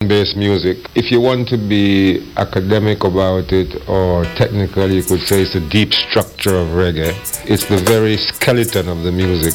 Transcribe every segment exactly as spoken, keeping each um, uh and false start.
rhythm-based music. If you want to be academic about it or technical, you could say it's the deep structure of reggae. It's the very skeleton of the music.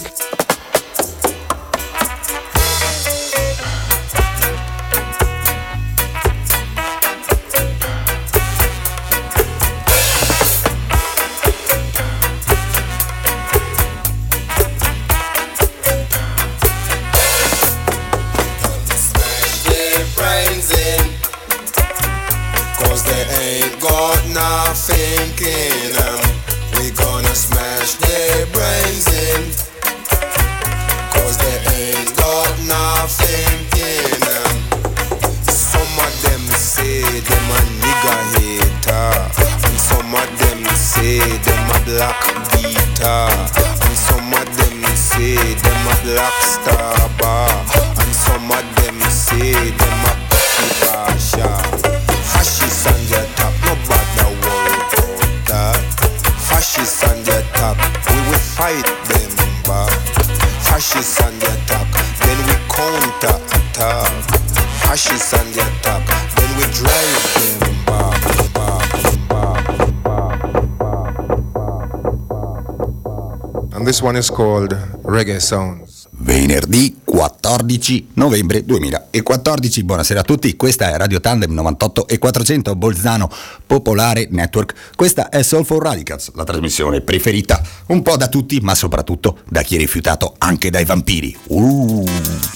This one is called Reggae Sounds. Venerdì quattordici novembre duemilaquattordici. Buonasera a tutti, questa è Radio Tandem novantotto e quattrocento Bolzano Popolare Network. Questa è Soulful Radicals, la trasmissione preferita un po' da tutti, ma soprattutto da chi è rifiutato anche dai vampiri. Uh.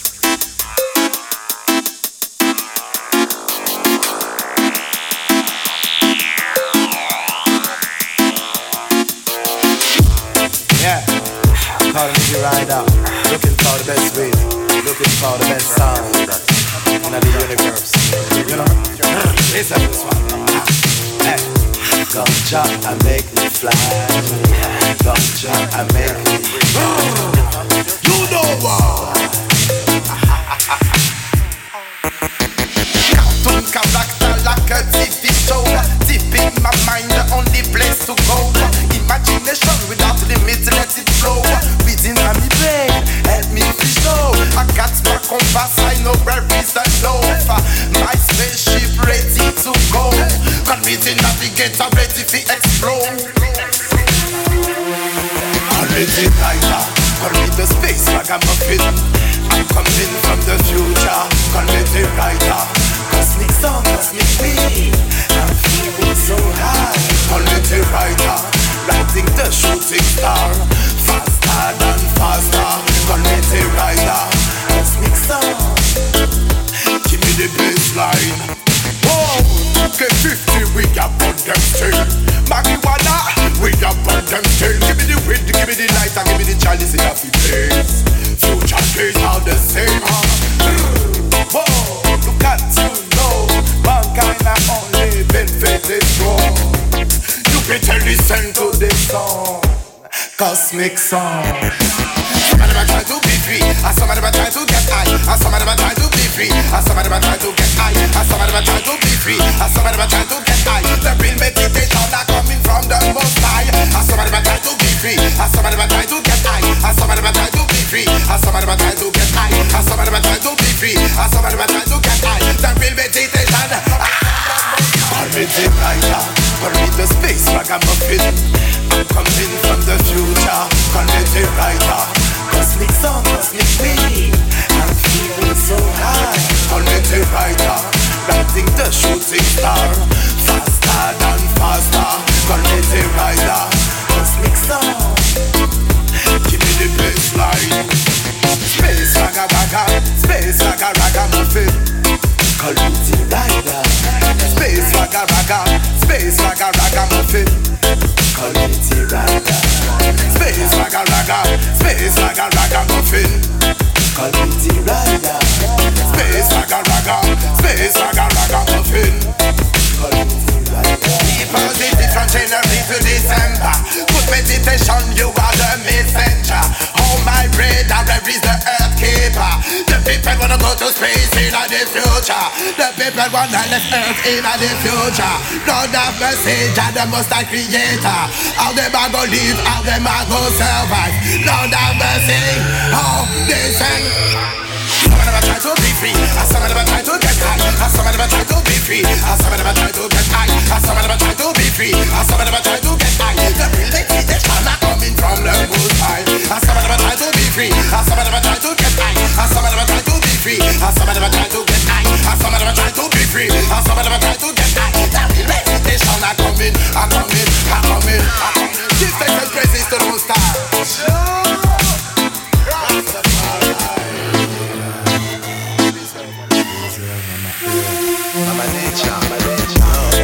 Right out, looking for the best rhythm, looking for the best sound in the universe. You know, listen to this one. Hey, gotcha, I make me fly. Gotcha, I make me. You know what? Cartoon character like a T V show. Deep in my mind, the only place to go. Imagination without limits, let it flow. Within my brain, help me to show. I got my compass, I know where is the love. My spaceship ready to go. Convincing navigator ready to explode. Call me the writer, call me the space ragamuffin. I'm coming from the future. Call me the writer. Cosmic song, cosmic me. I'm feeling so high. Call me the writer. Writing the shooting star. Faster than faster. Call me the writer. Cosmic song. Give me the bassline. Whoa, K fifty, we got on them still. Marijuana, we got on them still. Give me the wind, give me the light, and give me the chalice in a few days. Future days are the same. Whoa, look at you know, mankind are only benefited from. You better listen to this song, cosmic song. Some of them are trying to be free, and some of them are trying to get high, and some of them are trying to be free, and some of them are trying to get high, and some of them are trying to be free, and some of them are trying to get high. The real meditation are coming from the Most High, and some of them are trying to be free, and some of them are trying to get high, and some of them are trying to be free, and some of them are trying to get high, and some of them are trying to be free, and some of them are trying to get high. The real meditation. Call me the writer, call me the space ragamuffin. I'm coming from the future. Call me the writer. Cosmic song, cosmic me. I'm feeling so high. Call me the writer. Writing the shooting star. Faster than faster. Call me the writer. Cosmic song. Give me the bassline. Space raga raga. Space raga raga muffin. Call me the writer. Space raga raga. Space raga raga muffin. Call me the writer. Space raga raga. Space raga raga muffin. Call me the writer. Space raga raga. Space raga raga muffin. Call me the writer. People visit from January to December. Good meditation, you are the messenger. Oh my brother, where is the earth keeper? The people wanna go to space in the future. The people wanna left earth in the future. Lord have mercy, Jah the most high creator. How them a go live, how them a go survive. Lord have mercy, how they sing. Some of them are trying to be free, and some of them are trying to get high, and some Mama nature, Mama nature.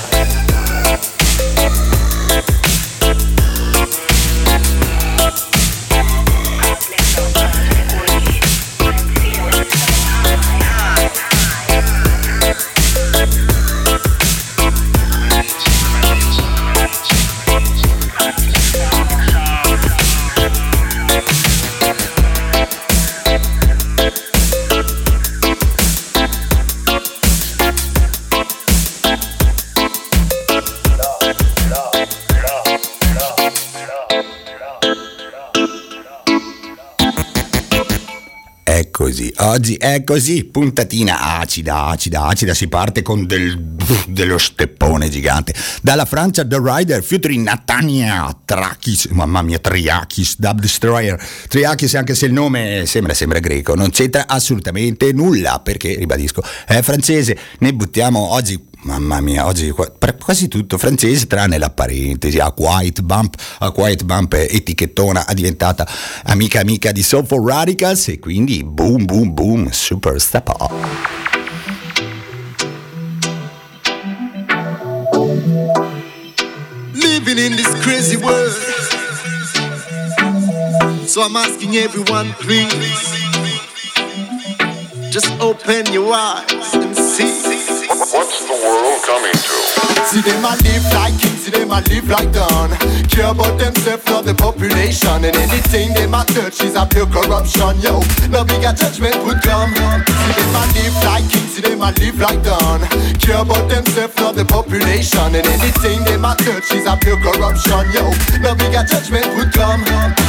Così, oggi è così, puntatina acida, acida, acida, si parte con del, dello steppone gigante. Dalla Francia The Rider, featuring Natania Trakis, mamma mia, Triakis, Dub Destroyer. Triakis, anche se il nome sembra, sembra greco, non c'entra assolutamente nulla, perché, ribadisco, è francese. Ne buttiamo oggi, mamma mia, oggi quasi tutto francese, tranne la parentesi. A Quiet Bump, a Quiet Bump etichettona, è diventata amica amica di Soulful Radicals, e quindi boom boom boom, super step up. Living in this crazy world, so I'm asking everyone, please, just open your eyes and see. What's the world coming to? See them a live like kings, see them a live like done. Care about themselves, not the population. And anything they a touch is a pure corruption, yo. No bigger judgment would come. See them a live like kings, see them a live like done. Care about themselves, not the population. And anything they a touch is a pure corruption, yo. No bigger judgment would come.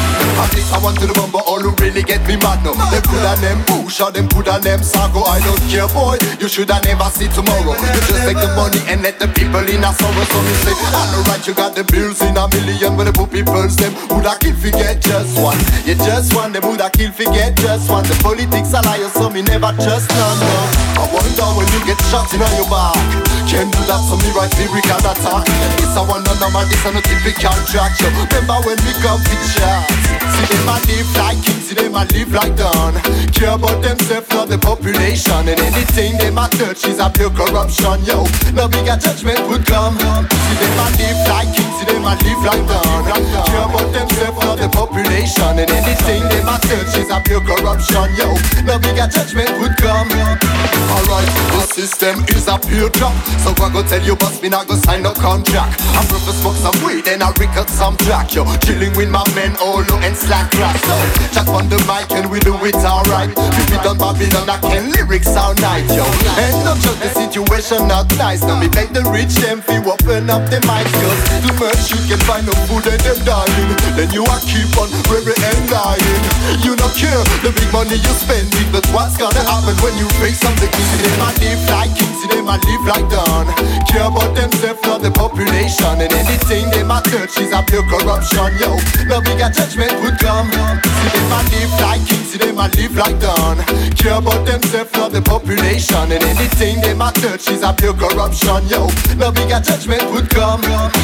At least I want to remember all who really get me mad now. Them put on them bush or them put on them sago. I don't care, boy, you should have never see tomorrow. You just take the money and let the people in a sorrow. So me say, I know right, you got the bills in a million. When the poor people's them, woulda kill forget just one. You just one, them woulda kill forget just one. The politics are liars, so me never trust none, no. I wonder when you get shot in on your back, can do that, so me write lyrical attack. This a one, no normal, this a no typical track, yo. Remember when we come to chat. See them a live like kings, see them a live like done. Care about themselves, not the population. And anything they a touch is a pure corruption, yo. No bigger judgment would come. See them a live like kings, see them a live like done. Care about themselves, not the population. And anything they a touch is a pure corruption, yo. No bigger judgment would come. Alright, the system is a pure drop. So I go tell you boss, me not go sign no contract. I prefer smoke some weed and I record some track, yo. Chilling with my men, all low and slack rap. So, chat on the mic and we do it alright. If we done Babylon, I can lyrics all night, yo. And not just the situation not nice. Now me beg the rich them fi open up the mics, cause too much you can find no food and them dying. Then you are keep on weary and lying. You don't care the big money you spending, but what's gonna happen when you face something? See them a live like kings, see them a live like done. Care about themselves, not the population. And anything they a touch is a pure corruption, yo. No bigger judgment would come. See them a live like kings, see them a live like done. Care about themselves, not the population. And anything they a touch is a pure corruption, yo. No bigger judgment would come.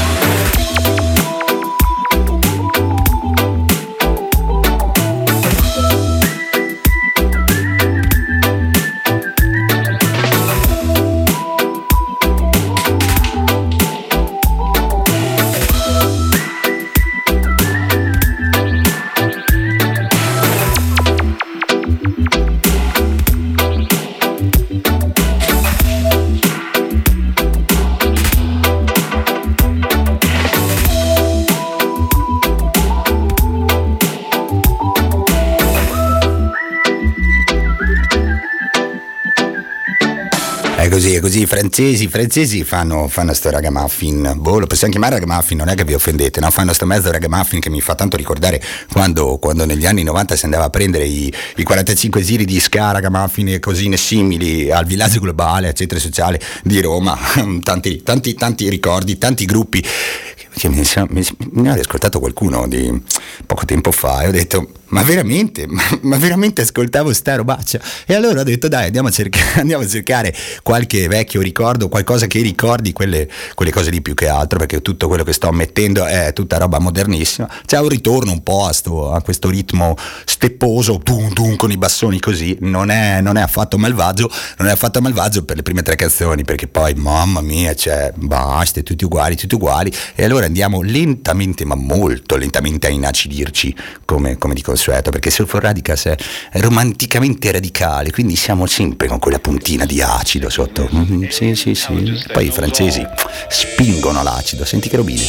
È così, è così, i francesi, i francesi fanno, fanno sto ragamuffin, boh, lo possiamo chiamare ragamuffin, non è che vi offendete, no? Fanno sto mezzo ragamuffin che mi fa tanto ricordare quando, quando negli anni novanta si andava a prendere i, i quarantacinque giri di ska, ragamuffin e cosine simili al villaggio globale, al centro sociale di Roma, tanti, tanti, tanti ricordi, tanti gruppi. Mi, mi, mi ha ascoltato qualcuno di poco tempo fa e ho detto, ma veramente, ma, ma veramente ascoltavo sta robaccia. E allora ho detto dai, andiamo a cercare, andiamo a cercare qualche vecchio ricordo, qualcosa che ricordi quelle, quelle cose lì più che altro, perché tutto quello che sto mettendo è tutta roba modernissima. C'è un ritorno un po' a, sto, a questo ritmo stepposo, dun dun, con i bassoni così, non è, non è affatto malvagio, non è affatto malvagio per le prime tre canzoni, perché poi mamma mia, cioè basta, tutti uguali, tutti uguali. E allora andiamo lentamente, ma molto lentamente a inacidirci, come, come di consueto, perché Soulful Radicals è romanticamente radicale, quindi siamo sempre con quella puntina di acido sotto. Mm, sì, sì, sì. Poi i francesi spingono l'acido, senti che robine.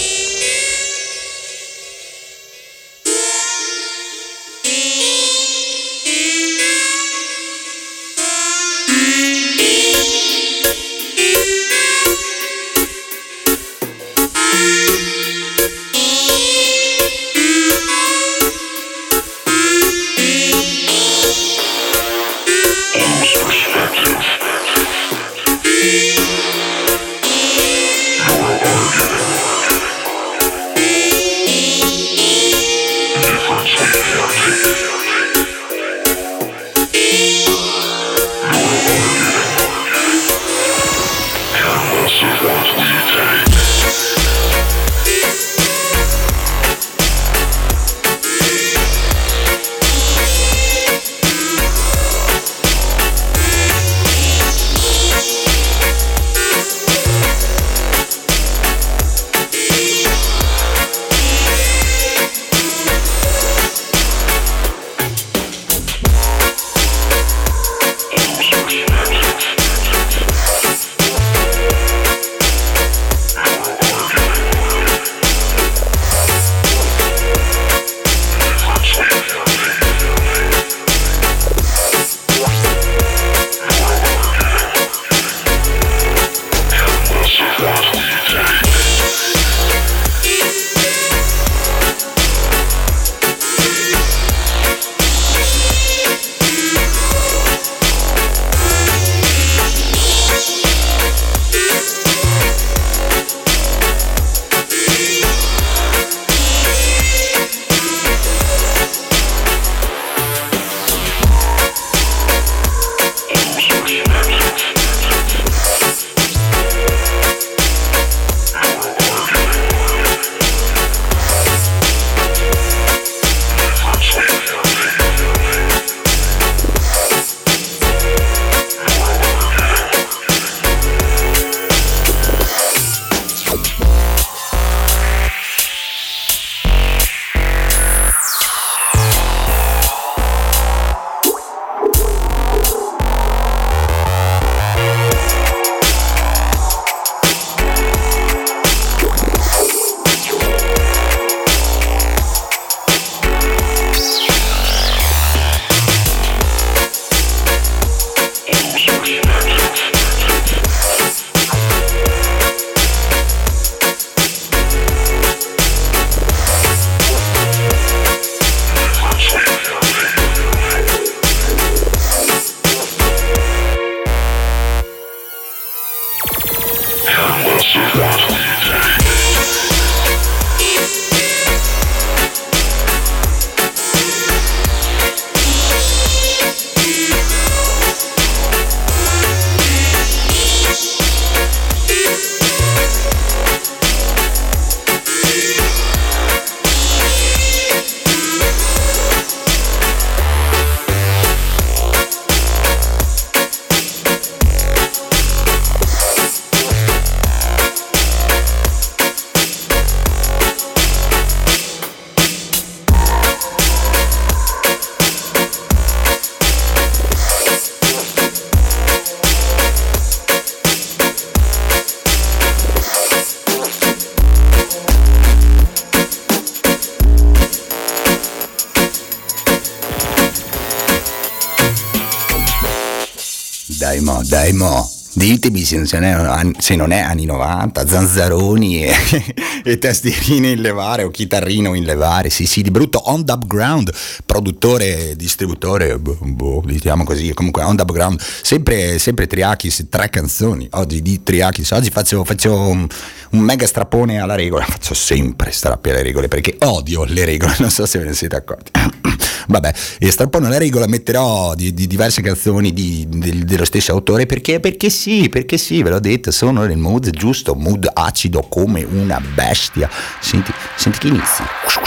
Dai mo, dai mo, Ditemi se non è, se non è anni novanta, zanzaroni e, e tastierine in levare o chitarrino in levare, sì sì, di brutto. On the Ground, produttore, distributore, boh, boh, diciamo così, comunque On the Ground, sempre, sempre Triakis, tre canzoni oggi di Triakis. Oggi faccio, faccio un, un mega strappone alla regola, faccio sempre strappi alle regole perché odio le regole, non so se ve ne siete accorti. Vabbè, e strappone alla regola metterò di, di diverse canzoni di, di, dello stesso autore perché, perché sì, perché sì, ve l'ho detto, sono nel mood giusto, mood acido come una bestia. Senti, senti che inizi.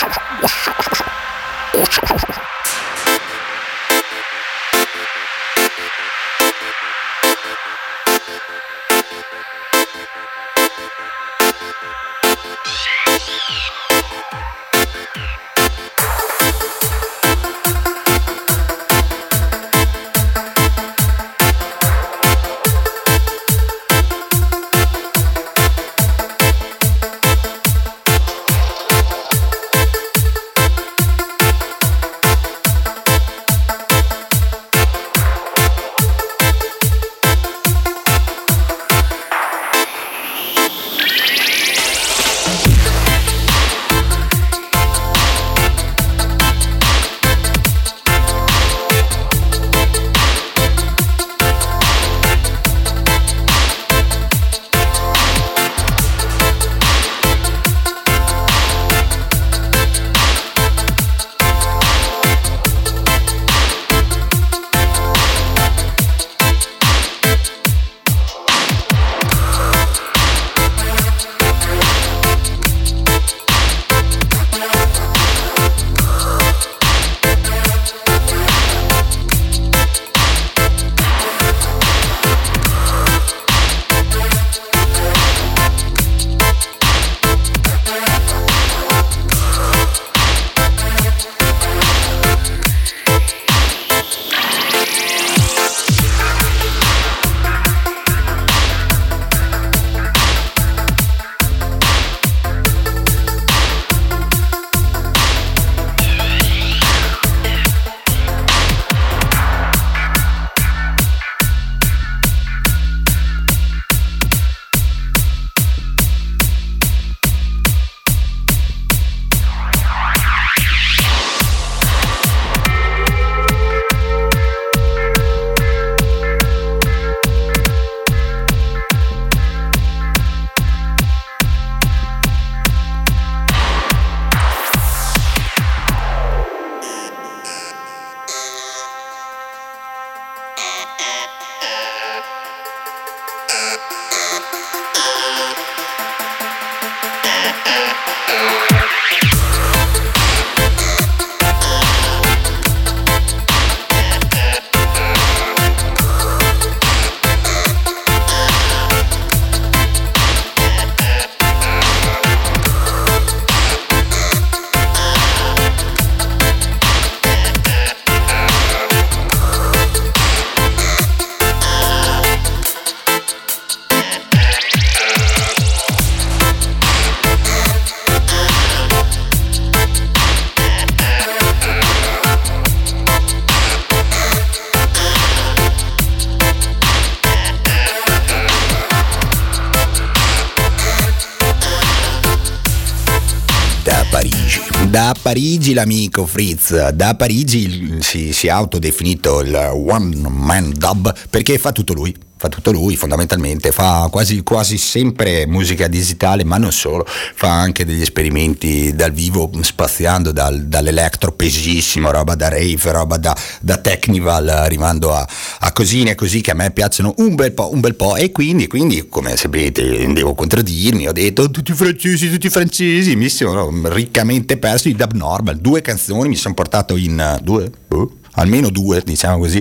Da Parigi l'amico Fritz, da Parigi si, si è autodefinito il one man dub perché fa tutto lui. Fa tutto lui fondamentalmente, fa quasi, quasi sempre musica digitale, ma non solo, fa anche degli esperimenti dal vivo spaziando dal, dall'electro pesissimo, roba da rave, roba da, da technival, arrivando a, a cosine così che a me piacciono un bel po', un bel po', e quindi, quindi come sapete devo contraddirmi, ho detto tutti francesi, tutti francesi, mi sono riccamente perso i Dub Normal, due canzoni mi sono portato in due, uh, almeno due, diciamo così,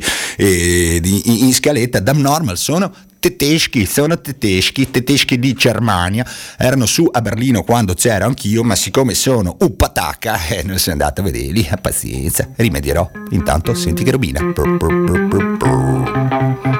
e, in, in scaletta. Dub Normal sono tedeschi, sono tedeschi, tedeschi di Germania, erano su a Berlino quando c'ero anch'io, ma siccome sono un patacca eh, non sono andato a vederli, pazienza, rimedierò. Intanto senti che robina. Brr, brr, brr, brr, brr.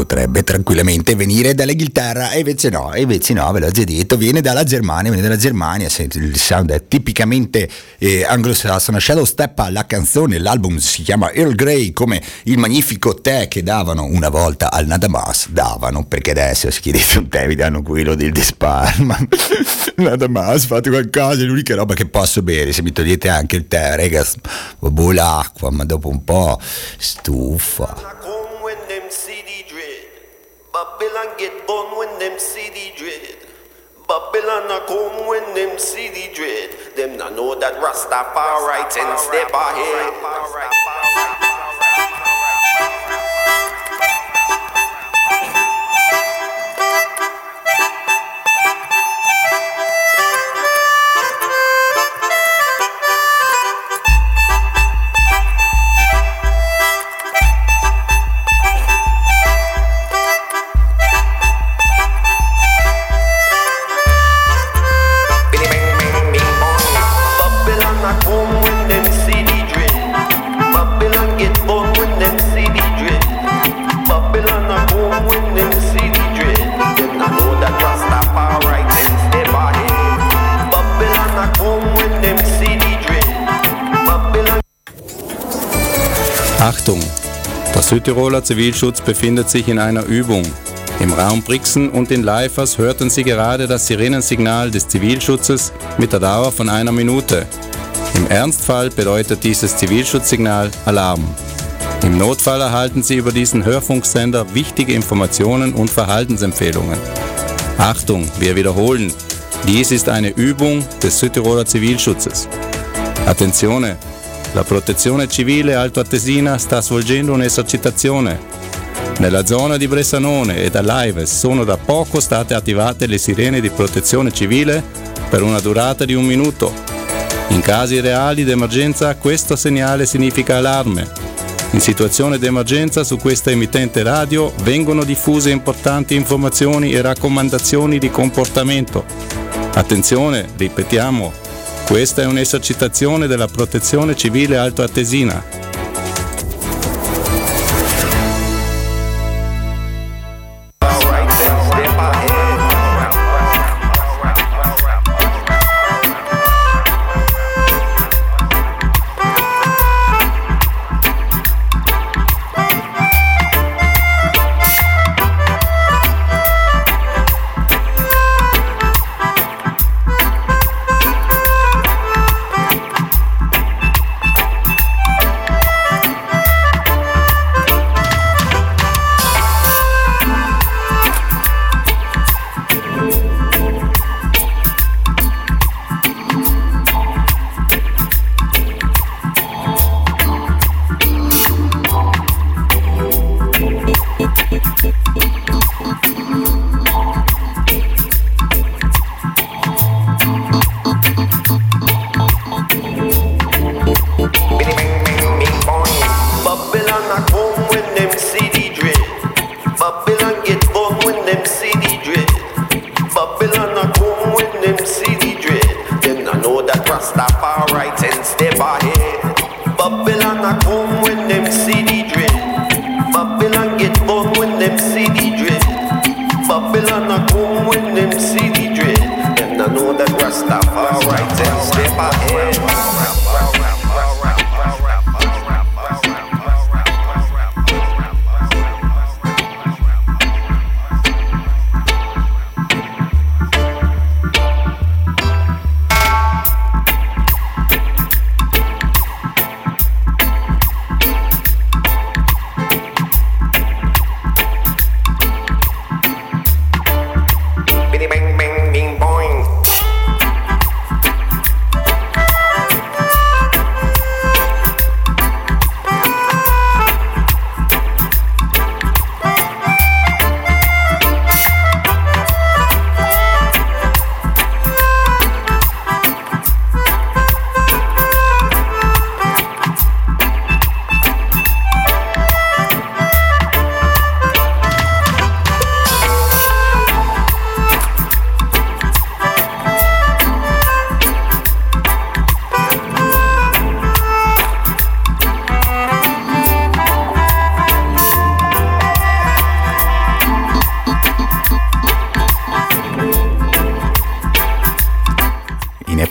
potrebbe tranquillamente venire dall'Inghilterra, e invece no, e invece no, ve l'ho già detto, viene dalla Germania, viene dalla Germania, il sound è tipicamente eh, anglosassone. Shadow Step, la canzone, l'album si chiama Earl Grey, come il magnifico tè che davano una volta al Nadamas, davano, perché adesso si chiedete un tè vi danno quello del Desparma. Nadamas, fate qualcosa, è l'unica roba che posso bere, se mi togliete anche il tè, ragazzi, boh, l'acqua, ma dopo un po' stufa. Babylon get born when them see the dread. Babylon a come when them see the dread. Them not know that Rastafari ten step ahead. Achtung! Der Südtiroler Zivilschutz befindet sich in einer Übung. Im Raum Brixen und in Leifers hörten Sie gerade das Sirenensignal des Zivilschutzes mit der Dauer von einer Minute. Im Ernstfall bedeutet dieses Zivilschutzsignal Alarm. Im Notfall erhalten Sie über diesen Hörfunksender wichtige Informationen und Verhaltensempfehlungen. Achtung, wir wiederholen, dies ist eine Übung des Südtiroler Zivilschutzes. Attenzione! La protezione civile altoatesina sta svolgendo un'esercitazione. Nella zona di Bressanone e da Laives sono da poco state attivate le sirene di protezione civile per una durata di un minuto. In casi reali d'emergenza questo segnale significa allarme. In situazione d'emergenza su questa emittente radio vengono diffuse importanti informazioni e raccomandazioni di comportamento. Attenzione, ripetiamo, questa è un'esercitazione della protezione civile altoatesina.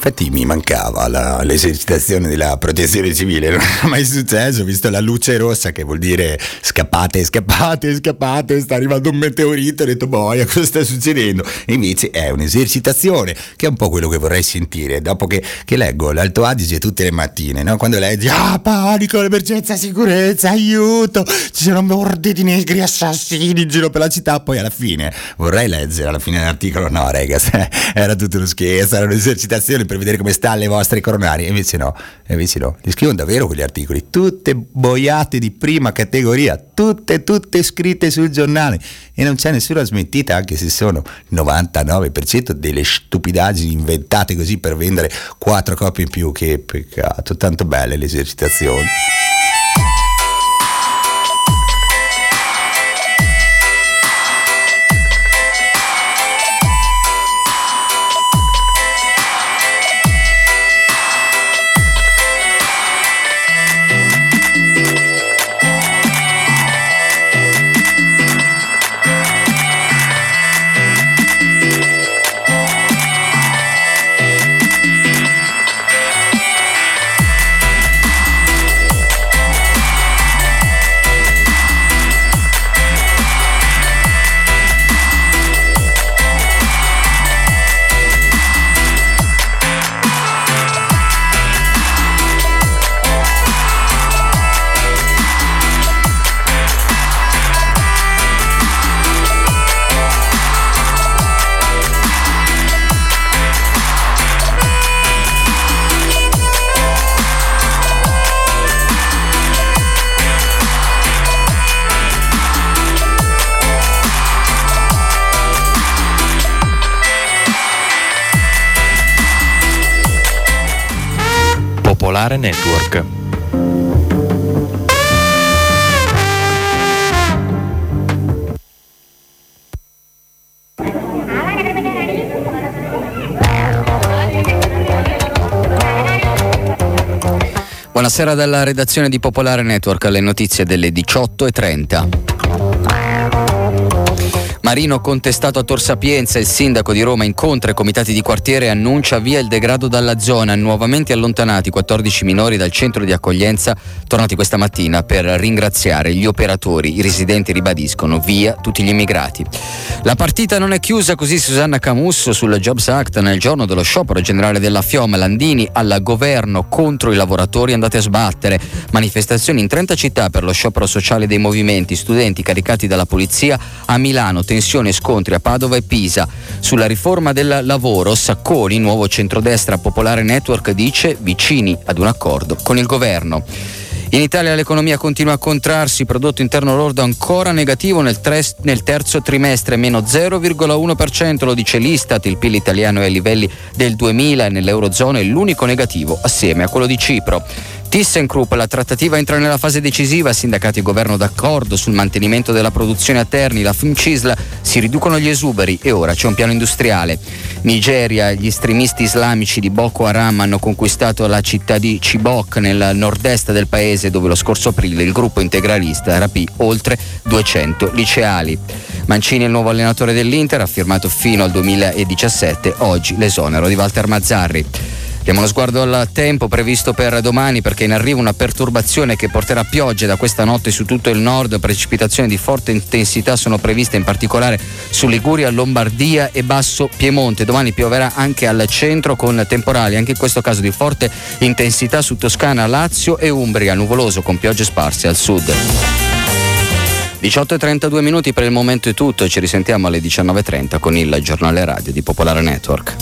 Infatti mi mancava la, l'esercitazione della protezione civile, non è mai successo, ho visto la luce rossa che vuol dire scappate, scappate, scappate, sta arrivando un meteorito, ho detto boia, cosa sta succedendo? E invece è un'esercitazione, che è un po' quello che vorrei sentire dopo che, che leggo l'Alto Adige tutte le mattine, no? Quando leggi, ah panico, emergenza, sicurezza, aiuto, ci sono morditi negri assassini in giro per la città, poi alla fine vorrei leggere alla fine dell'articolo, no ragazzi, era tutto uno scherzo, era un'esercitazione per vedere come sta le vostre coronarie, invece no, invece no, li scrivono davvero quegli articoli, tutte boiate di prima categoria, tutte, tutte scritte sul giornale e non c'è nessuna smentita, anche se sono il novantanove per cento delle stupidaggini inventate così per vendere quattro copie in più, che peccato, tanto belle le esercitazioni. Popolare Network. Buonasera dalla redazione di Popolare Network, alle notizie delle diciotto e trenta. Marino contestato a Tor Sapienza, il sindaco di Roma incontra i comitati di quartiere e annuncia via il degrado dalla zona, nuovamente allontanati quattordici minori dal centro di accoglienza, tornati questa mattina per ringraziare gli operatori. I residenti ribadiscono via tutti gli immigrati. La partita non è chiusa, così Susanna Camusso sul Jobs Act nel giorno dello sciopero generale della FIOM. Landini al governo contro i lavoratori andate a sbattere. Manifestazioni in trenta città per lo sciopero sociale dei movimenti, studenti caricati dalla polizia a Milano, tensione e scontri a Padova e Pisa. Sulla riforma del lavoro, Sacconi, nuovo centrodestra Popolare Network, dice vicini ad un accordo con il governo. In Italia l'economia continua a contrarsi, prodotto interno lordo ancora negativo nel, tres- nel terzo trimestre, meno zero virgola uno per cento, lo dice l'Istat. Il P I L italiano è ai livelli del duemila e nell'Eurozona è l'unico negativo assieme a quello di Cipro. ThyssenKrupp, la trattativa entra nella fase decisiva, sindacati e governo d'accordo sul mantenimento della produzione a Terni, la Fumcisl, si riducono gli esuberi e ora c'è un piano industriale. Nigeria, gli estremisti islamici di Boko Haram hanno conquistato la città di Chibok nel nord-est del paese, dove lo scorso aprile il gruppo integralista rapì oltre duecento liceali. Mancini è il nuovo allenatore dell'Inter, ha firmato fino al duemiladiciassette, oggi l'esonero di Walter Mazzarri. Diamo uno sguardo al tempo previsto per domani, perché in arrivo una perturbazione che porterà piogge da questa notte su tutto il nord. Precipitazioni di forte intensità sono previste in particolare su Liguria, Lombardia e Basso Piemonte. Domani pioverà anche al centro con temporali, anche in questo caso di forte intensità su Toscana, Lazio e Umbria, nuvoloso con piogge sparse al sud. diciotto e trentadue minuti per il momento è tutto, ci risentiamo alle diciannove e trenta con il giornale radio di Popolare Network.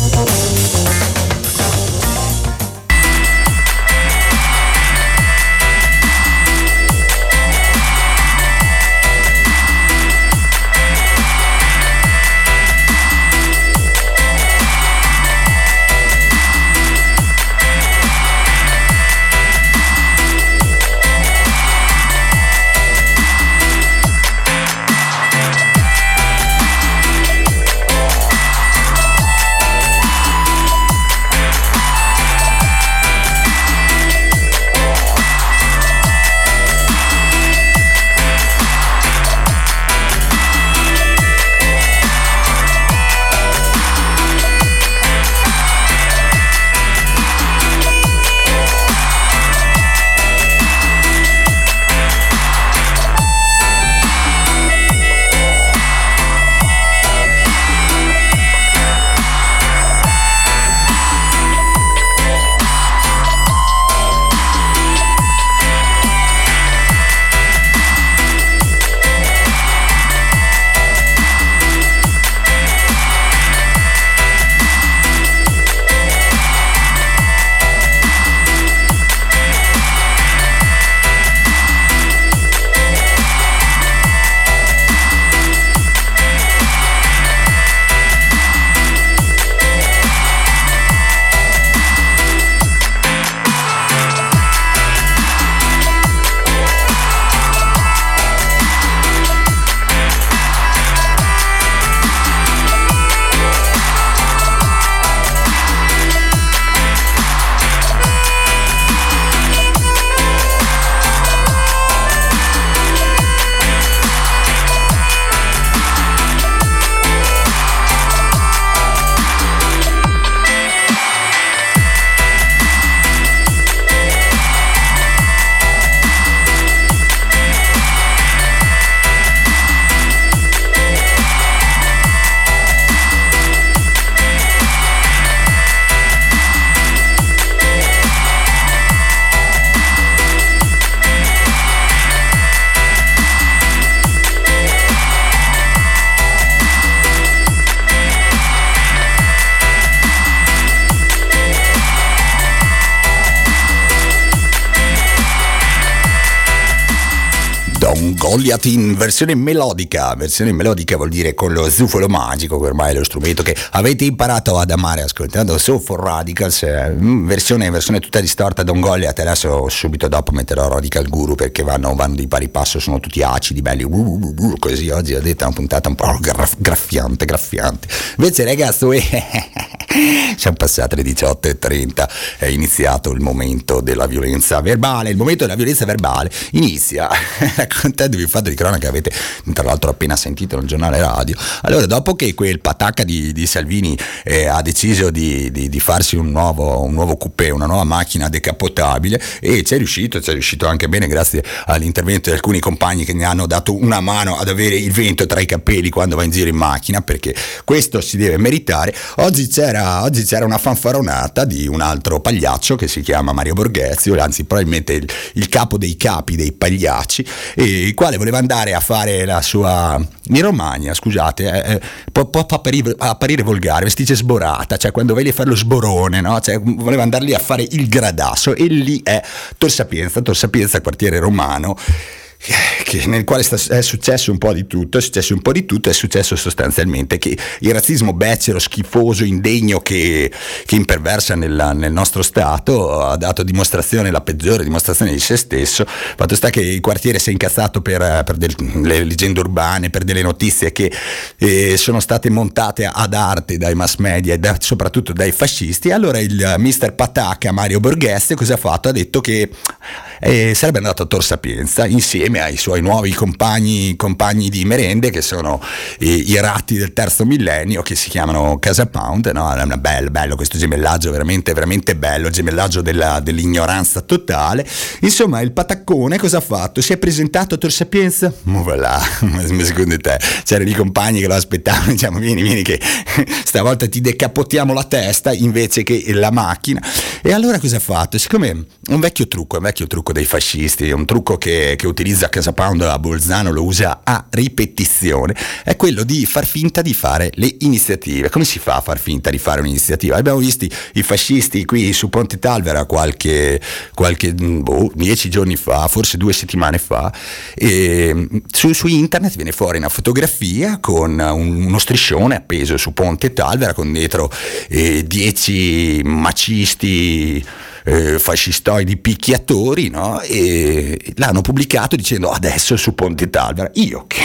Goliath in versione melodica. Versione melodica vuol dire con lo zufolo magico, che ormai è lo strumento che avete imparato ad amare ascoltando Soul for Radicals, eh, versione, versione tutta distorta Don Goliath. Adesso subito dopo metterò Radical Guru, perché vanno, vanno di pari passo, sono tutti acidi, belli, uh, uh, uh, così. Oggi ho detto una puntata un po' graff- graffiante, graffiante. Invece ragazzi, siamo passate le diciotto e trenta, è iniziato il momento della violenza verbale. Il momento della violenza verbale inizia raccontandovi il fatto di cronaca che avete tra l'altro appena sentito nel giornale radio. Allora, dopo che quel patacca di, di Salvini eh, ha deciso di, di, di farsi un nuovo, un nuovo coupé, una nuova macchina decappottabile, e c'è riuscito, c'è riuscito anche bene grazie all'intervento di alcuni compagni che ne hanno dato una mano ad avere il vento tra i capelli quando va in giro in macchina, perché questo si deve meritare. Oggi c'era, oggi c'era una fanfaronata di un altro pagliaccio che si chiama Mario Borghezio, anzi probabilmente il, il capo dei capi dei pagliacci, e il quale voleva andare a fare la sua in Romagna, scusate, eh, può, può apparire, apparire volgare, si dice sborata, cioè quando vai lì a fare lo sborone, no? Cioè, voleva andare lì a fare il gradasso, e lì è Tor Sapienza, Tor Sapienza, quartiere romano, che, nel quale sta, è successo un po' di tutto, è successo un po' di tutto, è successo sostanzialmente che il razzismo becero, schifoso, indegno che, che imperversa nella, nel nostro Stato ha dato dimostrazione, la peggiore dimostrazione di se stesso. Fatto sta che il quartiere si è incazzato per, per delle leggende urbane, per delle notizie che eh, sono state montate ad arte dai mass media e da, soprattutto dai fascisti. Allora il mister Patacca Mario Borghese cosa ha fatto? Ha detto che eh, sarebbe andato a Tor Sapienza insieme ai suoi nuovi compagni, compagni di merende, che sono i, i ratti del terzo millennio, che si chiamano Casa Pound, no? È una bello, bello questo gemellaggio, veramente, veramente bello, gemellaggio della, dell'ignoranza totale. Insomma, il pataccone cosa ha fatto? Si è presentato a Tor Sapienza? Ma voilà, secondo te c'erano i compagni che lo aspettavano, diciamo vieni, vieni che stavolta ti decapottiamo la testa invece che la macchina. E allora cosa ha fatto? Siccome è un vecchio trucco, è un vecchio trucco dei fascisti, è un trucco che, che utilizza a Casa Pound, a Bolzano lo usa a ripetizione, è quello di far finta di fare le iniziative. Come si fa a far finta di fare un'iniziativa? Abbiamo visto i fascisti qui su Ponte Talvera qualche, qualche boh, dieci giorni fa, forse due settimane fa, e su, su internet viene fuori una fotografia con un, uno striscione appeso su Ponte Talvera con dietro eh, dieci macisti, Eh, fascistoidi picchiatori, no? E l'hanno pubblicato dicendo adesso su Ponte Talvera. Io che,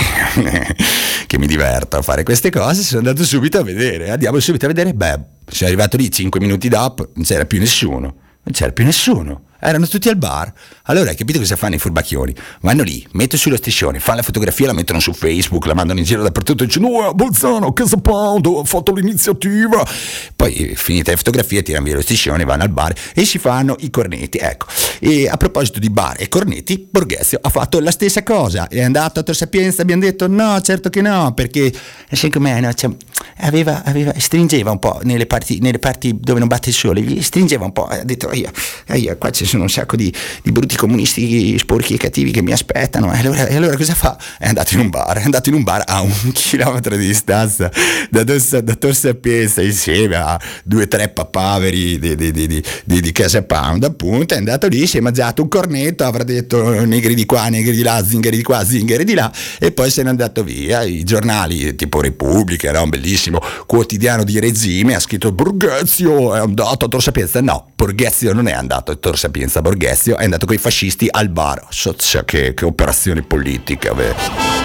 che mi diverto a fare queste cose sono andato subito a vedere, andiamo subito a vedere, beh, sono arrivato lì cinque minuti dopo, non c'era più nessuno, non c'era più nessuno. Erano tutti al bar. Allora hai capito cosa fanno i furbacchioni? Vanno lì, mettono sullo striscione, fanno la fotografia, la mettono su Facebook, la mandano in giro dappertutto e dicono oh, Bolzano, Casa Pound, ho fatto l'iniziativa. Poi finita le fotografie tirano via lo striscione, vanno al bar e si fanno i cornetti. Ecco, e a proposito di bar e cornetti, Borghezio ha fatto la stessa cosa. È andato a Tor Sapienza, abbiamo detto no, certo che no, perché sai com'è, no? Cioè, aveva, aveva, stringeva un po' nelle parti, nelle parti dove non batte il sole, gli stringeva un po', ha detto io, io qua ci sono un sacco di, di brutti comunisti sporchi e cattivi che mi aspettano, e allora, e allora cosa fa? È andato in un bar, è andato in un bar a un chilometro di distanza da, da Tor Sapienza, insieme a due o tre papaveri di, di, di, di, di Casa Pound, appunto. È andato lì, si è mangiato un cornetto, avrà detto negri di qua, negri di là, zingari di qua, zingari di là, e poi se n'è andato via. I giornali tipo Repubblica, era un bellissimo quotidiano di regime, ha scritto Borghezio è andato a Tor Sapienza. No, Borghezio non è andato a Tor Sapienza, Borghezio è andato con i fascisti al bar. So, che, che operazione politica, beh.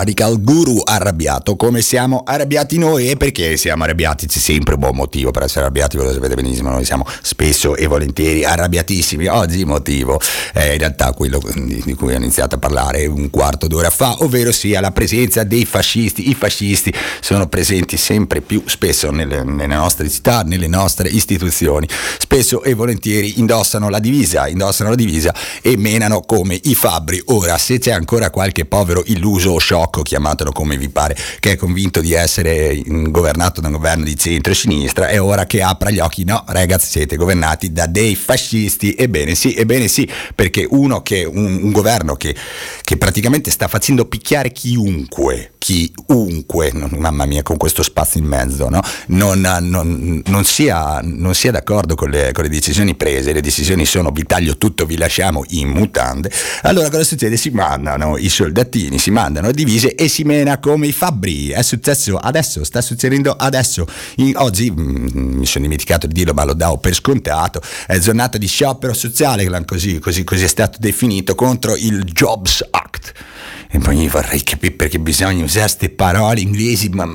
Radical Guru arrabbiato come siamo arrabbiati noi. E perché siamo arrabbiati? C'è sempre un buon motivo per essere arrabbiati, ve lo sapete benissimo, noi siamo spesso e volentieri arrabbiatissimi. Oggi il motivo è in realtà quello di cui ho iniziato a parlare un quarto d'ora fa, ovvero sia la presenza dei fascisti. I fascisti sono presenti sempre più spesso nelle, nelle nostre città, nelle nostre istituzioni, spesso e volentieri indossano la divisa, indossano la divisa e menano come i fabbri. Ora, se c'è ancora qualche povero illuso o sciocco, chiamatelo come vi pare, che è convinto di essere governato da un governo di centro-sinistra, è ora che apra gli occhi. No, ragazzi, siete governati da dei fascisti. Ebbene sì, ebbene sì, perché uno che un, un governo che, che praticamente sta facendo picchiare chiunque, chiunque, mamma mia, con questo spazio in mezzo, no? non, non, non, sia, non sia d'accordo con le, con le decisioni prese, le decisioni sono vi taglio tutto, vi lasciamo in mutande. Allora cosa succede? Si mandano i soldatini, si mandano le divise e si mena come i fabbri. È successo adesso, sta succedendo adesso. In, oggi mh, mi sono dimenticato di dirlo, ma lo davo per scontato, è giornata di sciopero sociale, così, così, così è stato definito, contro il Jobs Act. E poi vorrei capire perché bisogna usare queste parole inglesi, ma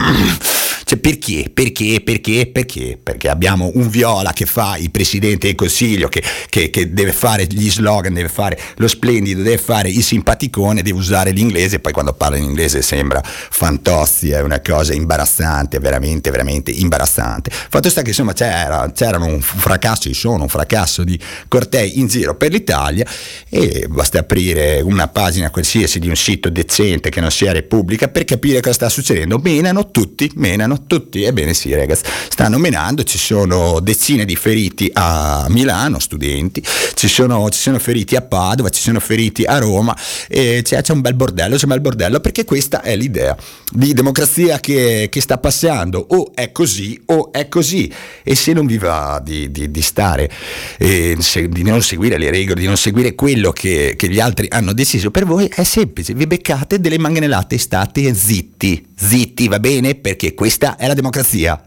cioè perché, perché, perché, perché? Perché abbiamo un Viola che fa il presidente del Consiglio, che, che, che deve fare gli slogan, deve fare lo splendido, deve fare il simpaticone, deve usare l'inglese, poi quando parla in inglese sembra Fantozzi, è una cosa imbarazzante, veramente, veramente imbarazzante. Fatto sta che insomma c'era, c'erano un fracasso, ci sono un fracasso di cortei in giro per l'Italia, e basta aprire una pagina qualsiasi di un sito decente che non sia Repubblica per capire cosa sta succedendo. Menano tutti, menano tutti. Ebbene sì, ragazzi, stanno menando. Ci sono decine di feriti a Milano, studenti, ci sono, ci sono feriti a Padova, ci sono feriti a Roma, e c'è, c'è un bel bordello, c'è un bel bordello, perché questa è l'idea di democrazia che, che sta passando. O è così o è così, e se non vi va di, di, di stare eh, se, di non seguire le regole, di non seguire quello che, che gli altri hanno deciso per voi, è semplice, vi beccate delle manganellate e state zitti, zitti, va bene? Perché questa è la democrazia.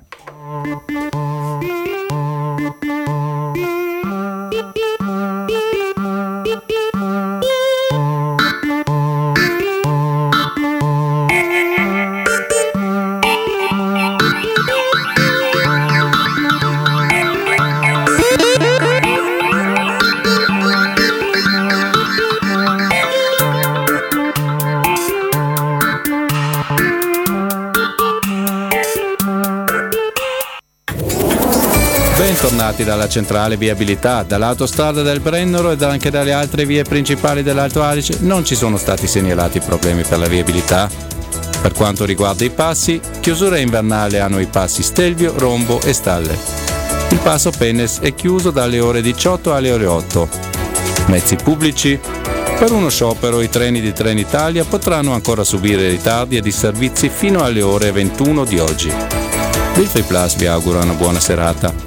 Bentornati dalla centrale viabilità, dall'autostrada del Brennero ed anche dalle altre vie principali dell'Alto Adige non ci sono stati segnalati problemi per la viabilità. Per quanto riguarda i passi, chiusura invernale hanno i passi Stelvio, Rombo e Stalle. Il passo Pennes è chiuso dalle ore diciotto alle ore otto. Mezzi pubblici. Per uno sciopero i treni di Trenitalia potranno ancora subire ritardi e disservizi fino alle ore ventuno di oggi. Il Triplus vi augura una buona serata.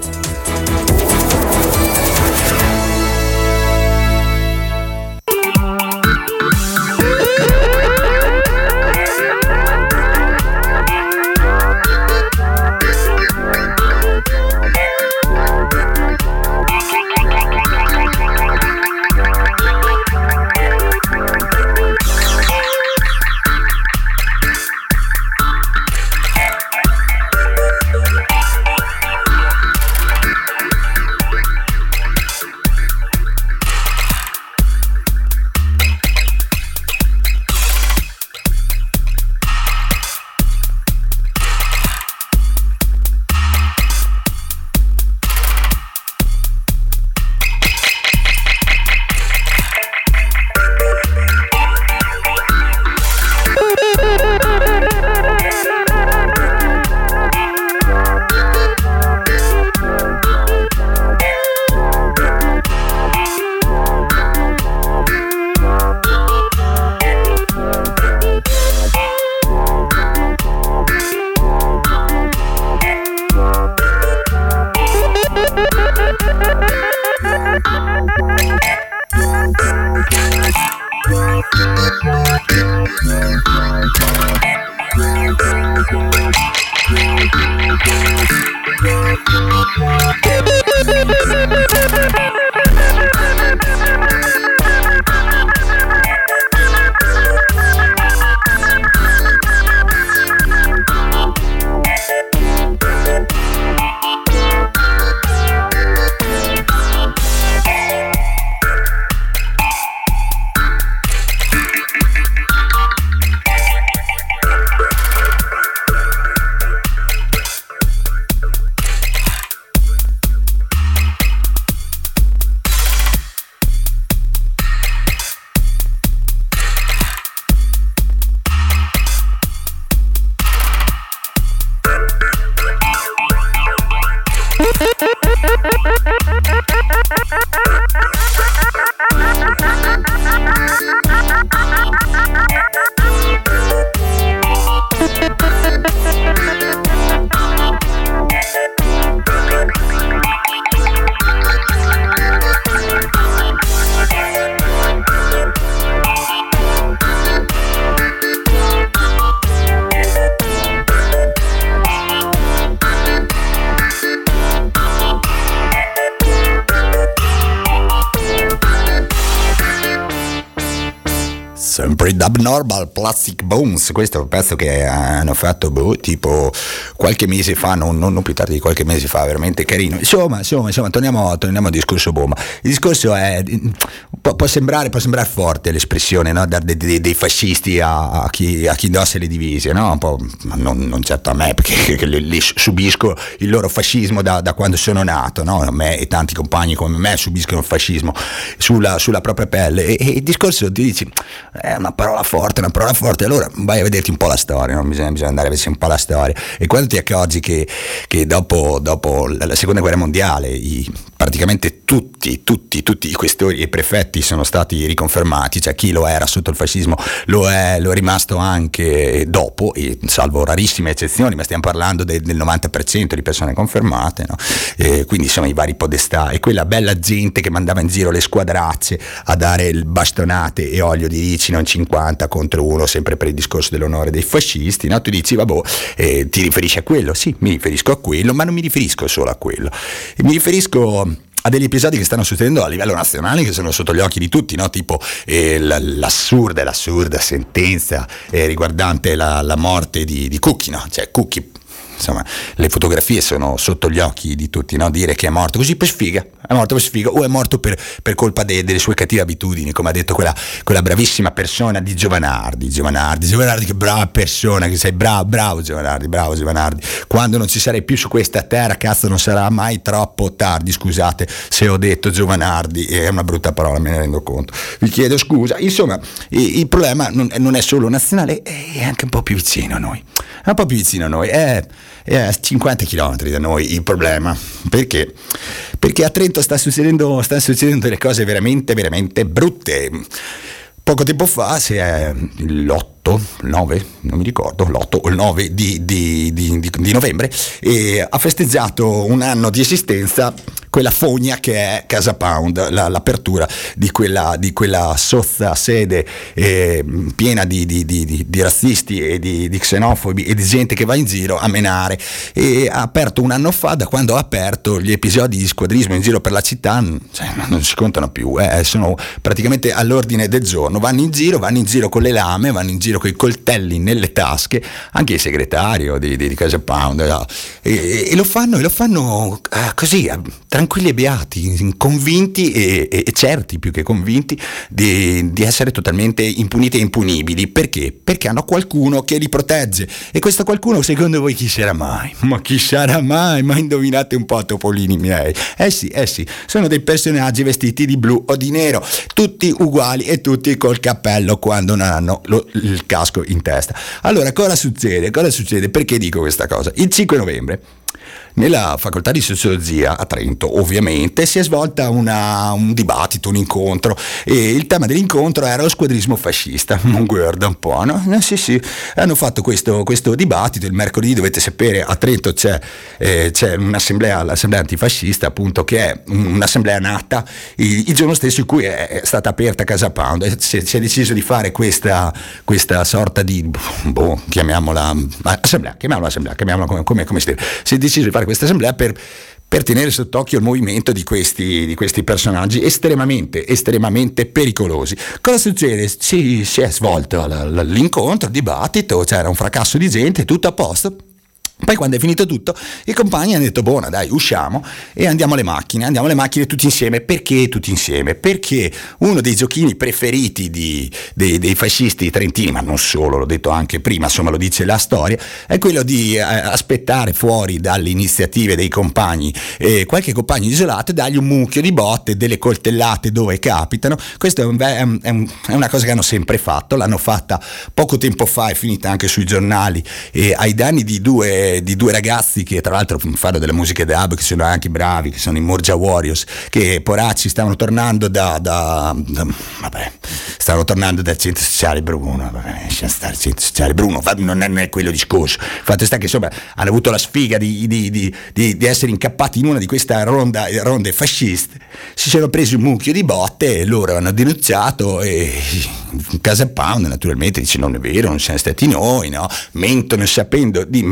Abnormal Plastic Bones, questo è un pezzo che hanno fatto boh, tipo qualche mese fa, non, non, non più tardi di qualche mese fa, veramente carino. Insomma, insomma, insomma torniamo, torniamo al discorso bomba. Il discorso è, può, può, sembrare, può sembrare forte l'espressione, no? dei, dei, dei fascisti a, a, chi, a chi indossa le divise, no? Un po', non, non certo a me, perché li, li subisco il loro fascismo da, da quando sono nato, no? Me e tanti compagni come me subiscono il fascismo sulla, sulla propria pelle, e, e il discorso ti dici è una parola forte, una parola forte, allora vai a vederti un po' la storia, no? bisogna, bisogna andare a vedersi un po' la storia, e quando ti accorgi che, che dopo, dopo la seconda guerra mondiale i, praticamente tutti, tutti, tutti i questori e i prefetti sono stati riconfermati, cioè chi lo era sotto il fascismo lo è, lo è rimasto anche dopo, e salvo rarissime eccezioni, ma stiamo parlando de, del novanta per cento di persone confermate, no? E quindi sono i vari podestà, e quella bella gente che mandava in giro le squadracce a dare il bastonate e olio di ricino in cinquanta contro uno, sempre per il discorso dell'onore dei fascisti, no? Tu dici vabbè, eh, ti riferisci a quello? Sì, mi riferisco a quello, ma non mi riferisco solo a quello, e mi riferisco a degli episodi che stanno succedendo a livello nazionale, che sono sotto gli occhi di tutti, no? Tipo eh, l'assurda l'assurda sentenza eh, riguardante la, la morte di, di Cucchi, no? Cioè Cucchi, insomma, le fotografie sono sotto gli occhi di tutti, no? Dire che è morto così per sfiga, è morto per sfiga, o è morto per, per colpa de, delle sue cattive abitudini, come ha detto quella, quella bravissima persona di Giovanardi. Giovanardi, Giovanardi, che brava persona, che sei bravo, bravo Giovanardi, bravo Giovanardi. Quando non ci sarei più su questa terra, cazzo, non sarà mai troppo tardi. Scusate se ho detto Giovanardi, è una brutta parola, me ne rendo conto, vi chiedo scusa. Insomma, il problema non, non è solo nazionale, è anche un po' più vicino a noi, è un po' più vicino a noi, è, è a cinquanta chilometri da noi il problema. Perché? Perché a Trento sta succedendo, stanno succedendo delle cose veramente, veramente brutte. Poco tempo fa, se è l'otto, nove, non mi ricordo, l'otto o il nove di, di, di, di, di novembre, e ha festeggiato un anno di esistenza quella fogna che è Casa Pound, la, l'apertura di quella, di quella sozza sede eh, piena di, di, di, di razzisti e di, di xenofobi e di gente che va in giro a menare. E ha aperto un anno fa, da quando ha aperto, gli episodi di squadrismo in giro per la città, cioè, non si contano più, eh, sono praticamente all'ordine del giorno. Vanno in giro, vanno in giro con le lame, vanno in giro con i coltelli nelle tasche, anche il segretario di, di, di Casa Pound, no? e, e lo fanno, e lo fanno eh, così, tranquilli e beati, convinti e, e, e certi, più che convinti, di, di essere totalmente impuniti e impunibili. Perché? Perché hanno qualcuno che li protegge, e questo qualcuno, secondo voi, chi sarà mai? Ma chi sarà mai? Ma indovinate un po', topolini miei. Eh sì, eh sì, sono dei personaggi vestiti di blu o di nero, tutti uguali e tutti col cappello quando non hanno lo, il casco in testa. Allora, cosa succede? Cosa succede? Perché dico questa cosa? Il cinque novembre, nella facoltà di sociologia a Trento, ovviamente, si è svolta una, un dibattito, un incontro, e il tema dell'incontro era lo squadrismo fascista. Non guarda un po', no? no sì, sì, hanno fatto questo, questo dibattito. Il mercoledì, dovete sapere, a Trento c'è, eh, c'è un'assemblea, l'assemblea antifascista, appunto, che è un'assemblea nata il, il giorno stesso in cui è stata aperta Casa Pound. Si, si è deciso di fare questa, questa sorta di, boh, chiamiamola assemblea, chiamiamola assemblea, chiamiamola come, come, come si deve. Si è deciso di fare questa assemblea per, per tenere sott'occhio il movimento di questi, di questi personaggi estremamente, estremamente pericolosi. Cosa succede? Si, si è svolto l'incontro, il dibattito, c'era un fracasso di gente, tutto a posto. Poi, quando è finito tutto, i compagni hanno detto buona, dai, usciamo e andiamo alle macchine, andiamo alle macchine tutti insieme. Perché tutti insieme? Perché uno dei giochini preferiti di, dei, dei fascisti trentini, ma non solo, l'ho detto anche prima, insomma lo dice la storia, è quello di eh, aspettare fuori dalle iniziative dei compagni eh, qualche compagno isolato e dargli un mucchio di botte, delle coltellate dove capitano. Questo è, un, è, un, è una cosa che hanno sempre fatto, l'hanno fatta poco tempo fa, è finita anche sui giornali, eh, ai danni di due di due ragazzi che tra l'altro fanno delle musiche dub, che sono anche bravi, che sono i Murgia Warriors, che poracci stavano tornando da, da, da vabbè, stavano tornando dal centro sociale Bruno, vabbè, lascia stare il centro sociale Bruno, non è, non è quello discorso. Il fatto sta che insomma hanno avuto la sfiga di, di, di, di, di essere incappati in una di queste ronda, ronde fasciste, si sono presi un mucchio di botte e loro hanno denunciato, e Casa Pound naturalmente dice non è vero, non siamo stati noi, no? Mentono sapendo di mentire.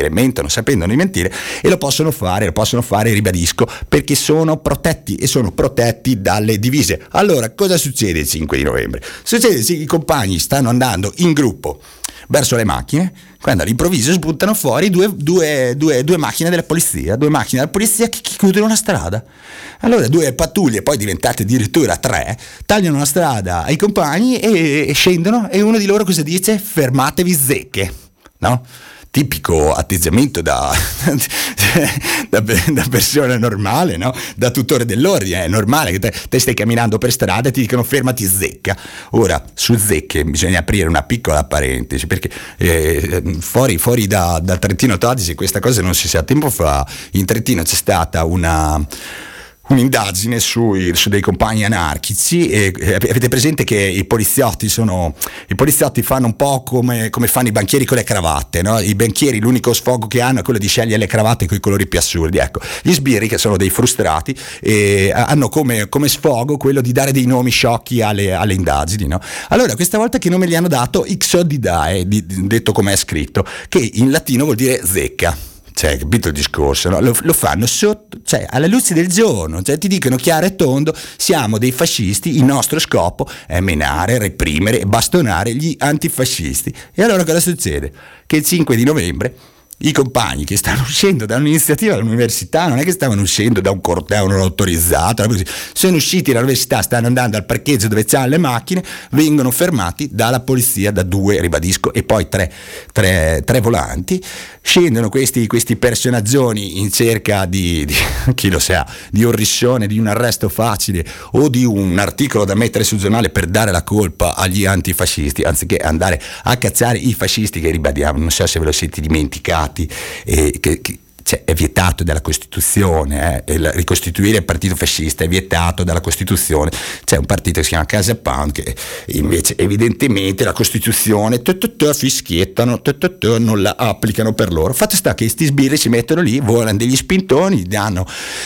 mentire, mentono sapendo di mentire, e lo possono fare, lo possono fare, ribadisco, perché sono protetti e sono protetti dalle divise. Allora, cosa succede il cinque di novembre? Succede che i compagni stanno andando in gruppo verso le macchine, quando all'improvviso spuntano fuori due, due, due, due macchine della polizia, due macchine della polizia che chiudono la strada. Allora due pattuglie, poi diventate addirittura tre, tagliano la strada ai compagni e, e scendono, e uno di loro cosa dice? Fermatevi zecche, no? Tipico atteggiamento da, da, da persona normale, no? Da tutore dell'ordine. È normale che te, te stai camminando per strada e ti dicono fermati zecca. Ora, su zecche bisogna aprire una piccola parentesi, perché eh, fuori, fuori da, dal Trentino Alto Adige questa cosa non si sa. Tempo fa in Trentino c'è stata una un'indagine sui, su dei compagni anarchici, e avete presente che i poliziotti sono i poliziotti fanno un po' come, come fanno i banchieri con le cravatte, no? I banchieri l'unico sfogo che hanno è quello di scegliere le cravatte con i colori più assurdi. Ecco, gli sbirri, che sono dei frustrati, e hanno come, come sfogo quello di dare dei nomi sciocchi alle, alle indagini, no? Allora questa volta che nome gli hanno dato? Ixodidae, di, detto come è scritto, che in latino vuol dire zecca. Cioè, capito il discorso, no? Lo, lo fanno sotto, cioè, alla luce del giorno, cioè ti dicono chiaro e tondo: siamo dei fascisti, il nostro scopo è menare, reprimere e bastonare gli antifascisti. E allora cosa succede? Che il cinque di novembre i compagni che stanno uscendo da un'iniziativa all'università, non è che stavano uscendo da un corteo non autorizzato, sono usciti dall'università, stanno andando al parcheggio dove c'hanno le macchine, vengono fermati dalla polizia, da due, ribadisco, e poi tre, tre, tre volanti. Scendono questi, questi personaggioni in cerca di, di chi lo sa, di un rissone, di un arresto facile o di un articolo da mettere sul giornale per dare la colpa agli antifascisti, anziché andare a cacciare i fascisti, che ribadiamo, non so se ve lo siete dimenticati, e che, che cioè, è vietato dalla Costituzione, eh? Il ricostituire il partito fascista è vietato dalla Costituzione. C'è un partito che si chiama Casa Pound, che invece evidentemente la Costituzione fischiettano, non la applicano per loro. Fatto sta che questi sbirri si mettono lì, volano degli spintoni, danno,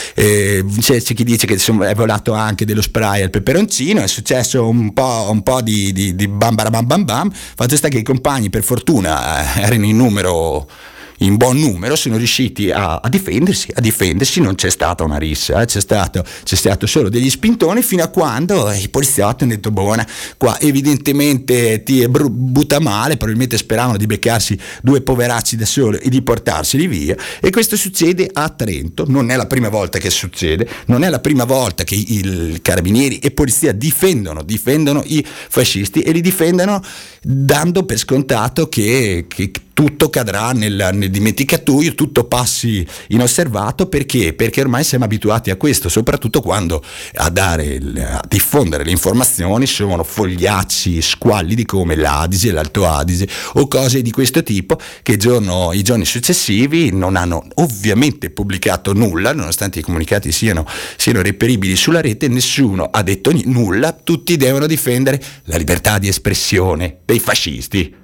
eh, c'è, c'è chi dice che è volato anche dello spray al peperoncino, è successo un po', un po' di, di, di bam bam bam bam. Fatto sta che i compagni, per fortuna, eh, erano in numero in buon numero, sono riusciti a, a difendersi, a difendersi, non c'è stata una rissa, eh? c'è, stato, c'è stato solo degli spintoni, fino a quando i poliziotti hanno detto: buona, qua evidentemente ti è br- butta male, probabilmente speravano di beccarsi due poveracci da solo e di portarseli via. E questo succede a Trento, non è la prima volta che succede, non è la prima volta che i carabinieri e polizia difendono, difendono i fascisti, e li difendono dando per scontato che, che tutto cadrà nel, nel dimenticatoio, tutto passi inosservato. Perché? Perché ormai siamo abituati a questo, soprattutto quando a dare, a diffondere le informazioni sono fogliacci squallidi come l'Adige, l'Alto Adige o cose di questo tipo, che giorno, i giorni successivi non hanno ovviamente pubblicato nulla, nonostante i comunicati siano, siano reperibili sulla rete. Nessuno ha detto n- nulla, tutti devono difendere la libertà di espressione dei fascisti.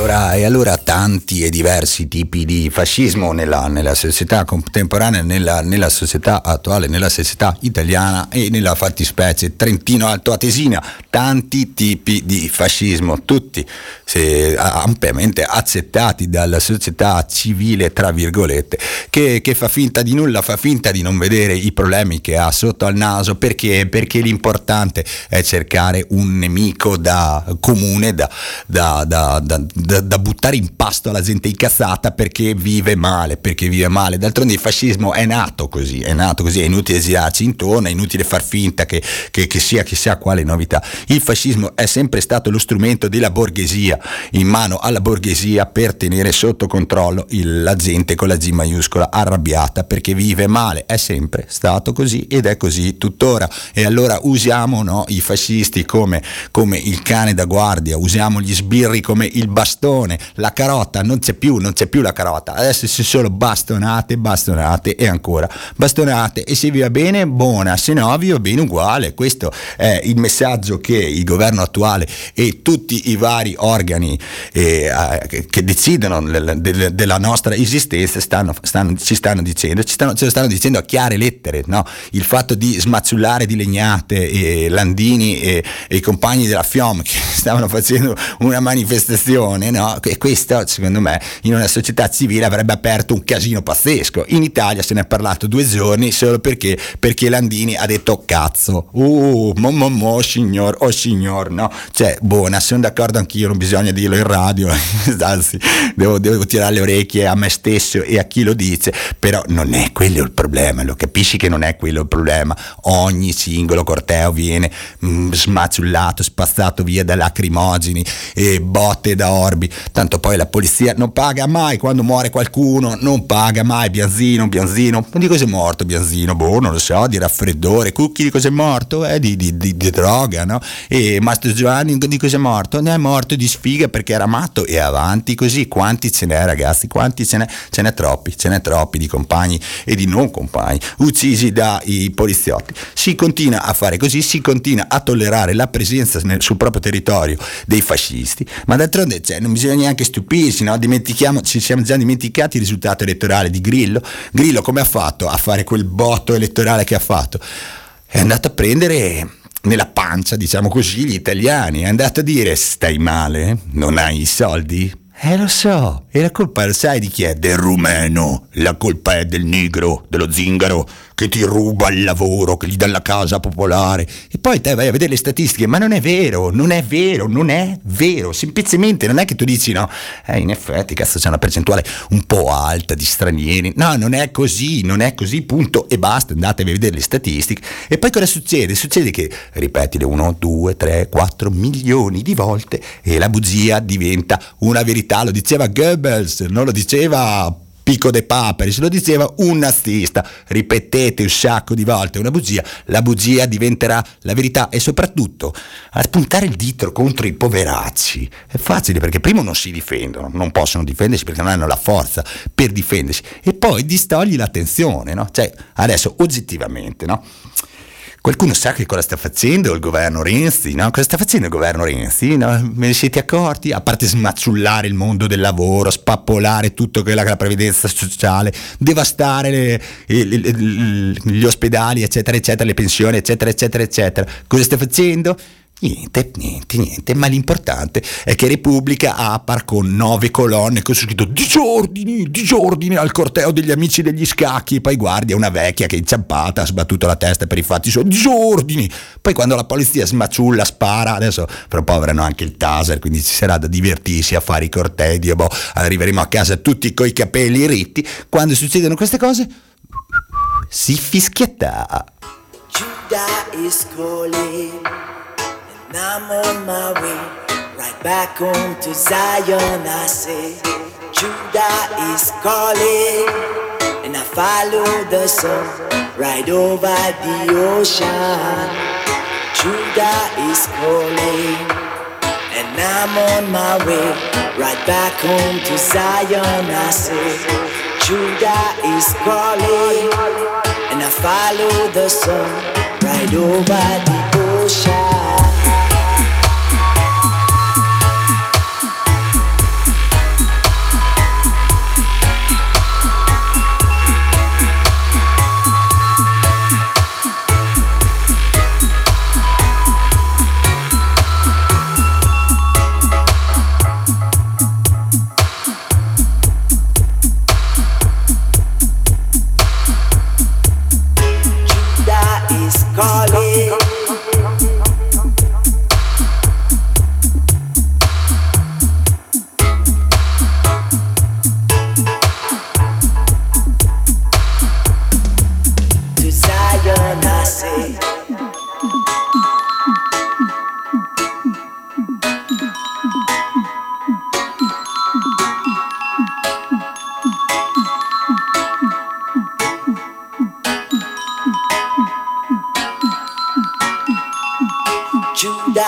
allora, e allora tanti e diversi tipi di fascismo nella, nella società contemporanea, nella, nella società attuale, nella società italiana e nella fattispecie trentino-altoatesina, tanti tipi di fascismo, tutti se, ampiamente accettati dalla società civile, tra virgolette, che, che fa finta di nulla, fa finta di non vedere i problemi che ha sotto al naso, perché, perché l'importante è cercare un nemico da comune, da, da, da, da, da, da buttare in pasto alla gente incazzata perché vive male, perché vive male. D'altronde il fascismo è nato così, è nato così, è inutile girarci intorno, è inutile far finta che, che, che sia chissà quale novità. Il fascismo è sempre stato lo strumento della borghesia, in mano alla borghesia per tenere sotto controllo il, la gente con la G maiuscola, arrabbiata perché vive male. È sempre stato così ed è così tuttora. E allora usiamo, no, i fascisti come, come il cane da guardia, usiamo gli sbirri come il bastone, la carota non c'è più, non c'è più la carota, adesso ci sono bastonate, bastonate e ancora bastonate, e se vi va bene buona, se no vi va bene uguale. Questo è il messaggio che il governo attuale e tutti i vari organi eh, che decidono della nostra esistenza stanno, stanno, ci stanno dicendo, ci stanno, ce lo stanno dicendo a chiare lettere, no? Il fatto di smazzullare di Legnate e Landini e, e i compagni della F I O M che stavano facendo una manifestazione, no? E questo secondo me in una società civile avrebbe aperto un casino pazzesco. In Italia se ne è parlato due giorni solo perché perché Landini ha detto cazzo, uh, mo mo mo signor, oh signor, no? Cioè, buona, sono d'accordo anch'io, non bisogna dirlo in radio, anzi devo, devo tirare le orecchie a me stesso e a chi lo dice, però non è quello il problema, lo capisci che non è quello il problema. Ogni singolo corteo viene mh, smazzullato, spazzato via da lacrimogeni e botte da orbi, tanto poi la polizia non paga mai quando muore qualcuno, non paga mai. Bianzino, Bianzino, di cosa è morto Bianzino? Boh, non lo so, di raffreddore. Cucchi di cosa è morto? Eh, di, di, di, di droga, no? E Mastro Giovanni di cosa è morto? Ne è morto di sfiga perché era matto, e avanti così. Quanti ce n'è, ragazzi? Quanti ce n'è? Ce n'è troppi, ce n'è troppi di compagni e di non compagni uccisi dai poliziotti. Si continua a fare così, si continua a tollerare la presenza nel, sul proprio territorio dei fascisti, ma d'altronde cioè, non bisogna neanche stupirsi, no? Dimentichiamo, ci siamo già dimenticati il risultato elettorale di Grillo. Grillo come ha fatto a fare quel botto elettorale che ha fatto? È andato a prendere nella pancia, diciamo così, gli italiani, è andato a dire: stai male? Non hai i soldi? Eh lo so, e la colpa lo sai di chi è? Del rumeno, la colpa è del negro, dello zingaro che ti ruba il lavoro, che gli dà la casa popolare. E poi te vai a vedere le statistiche, ma non è vero, non è vero, non è vero, semplicemente non è che tu dici no, eh, in effetti cazzo c'è una percentuale un po' alta di stranieri, no, non è così, non è così, punto e basta, andate a vedere le statistiche. E poi cosa succede? Succede che ripetile uno, due, tre, quattro milioni di volte e la bugia diventa una verità. Lo diceva Goebbels, non lo diceva Pico de Paperi, se lo diceva un nazista. Ripetete un sacco di volte una bugia, la bugia diventerà la verità. E soprattutto a puntare il dito contro i poveracci è facile, perché prima non si difendono, non possono difendersi perché non hanno la forza per difendersi, e poi distogli l'attenzione, no? Cioè adesso oggettivamente, no? Qualcuno sa che cosa sta facendo il governo Renzi, no? Cosa sta facendo il governo Renzi? No? Me ne siete accorti? A parte smazzullare il mondo del lavoro, spappolare tutto quella che è la previdenza sociale, devastare le, le, le, gli ospedali, eccetera, eccetera, le pensioni, eccetera, eccetera, eccetera. Cosa sta facendo? Niente, niente, niente, ma l'importante è che Repubblica apra con nove colonne con scritto disordini, disordini al corteo degli amici degli scacchi, e poi guardi una vecchia che è inciampata, ha sbattuto la testa per i fatti suoi, disordini. Poi quando la polizia smacciulla, spara, adesso però poi avranno anche il taser, quindi ci sarà da divertirsi a fare i cortei, Dio, boh, arriveremo a casa tutti coi capelli ritti. Quando succedono queste cose si fischietta. Judah is calling. I'm on my way, right back home to Zion, I say. Judah is calling, and I follow the sun, right over the ocean. Judah is calling, and I'm on my way, right back home to Zion, I say. Judah is calling, and I follow the sun, right over the ocean.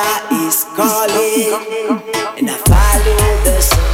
Judah is calling, and I follow the sun.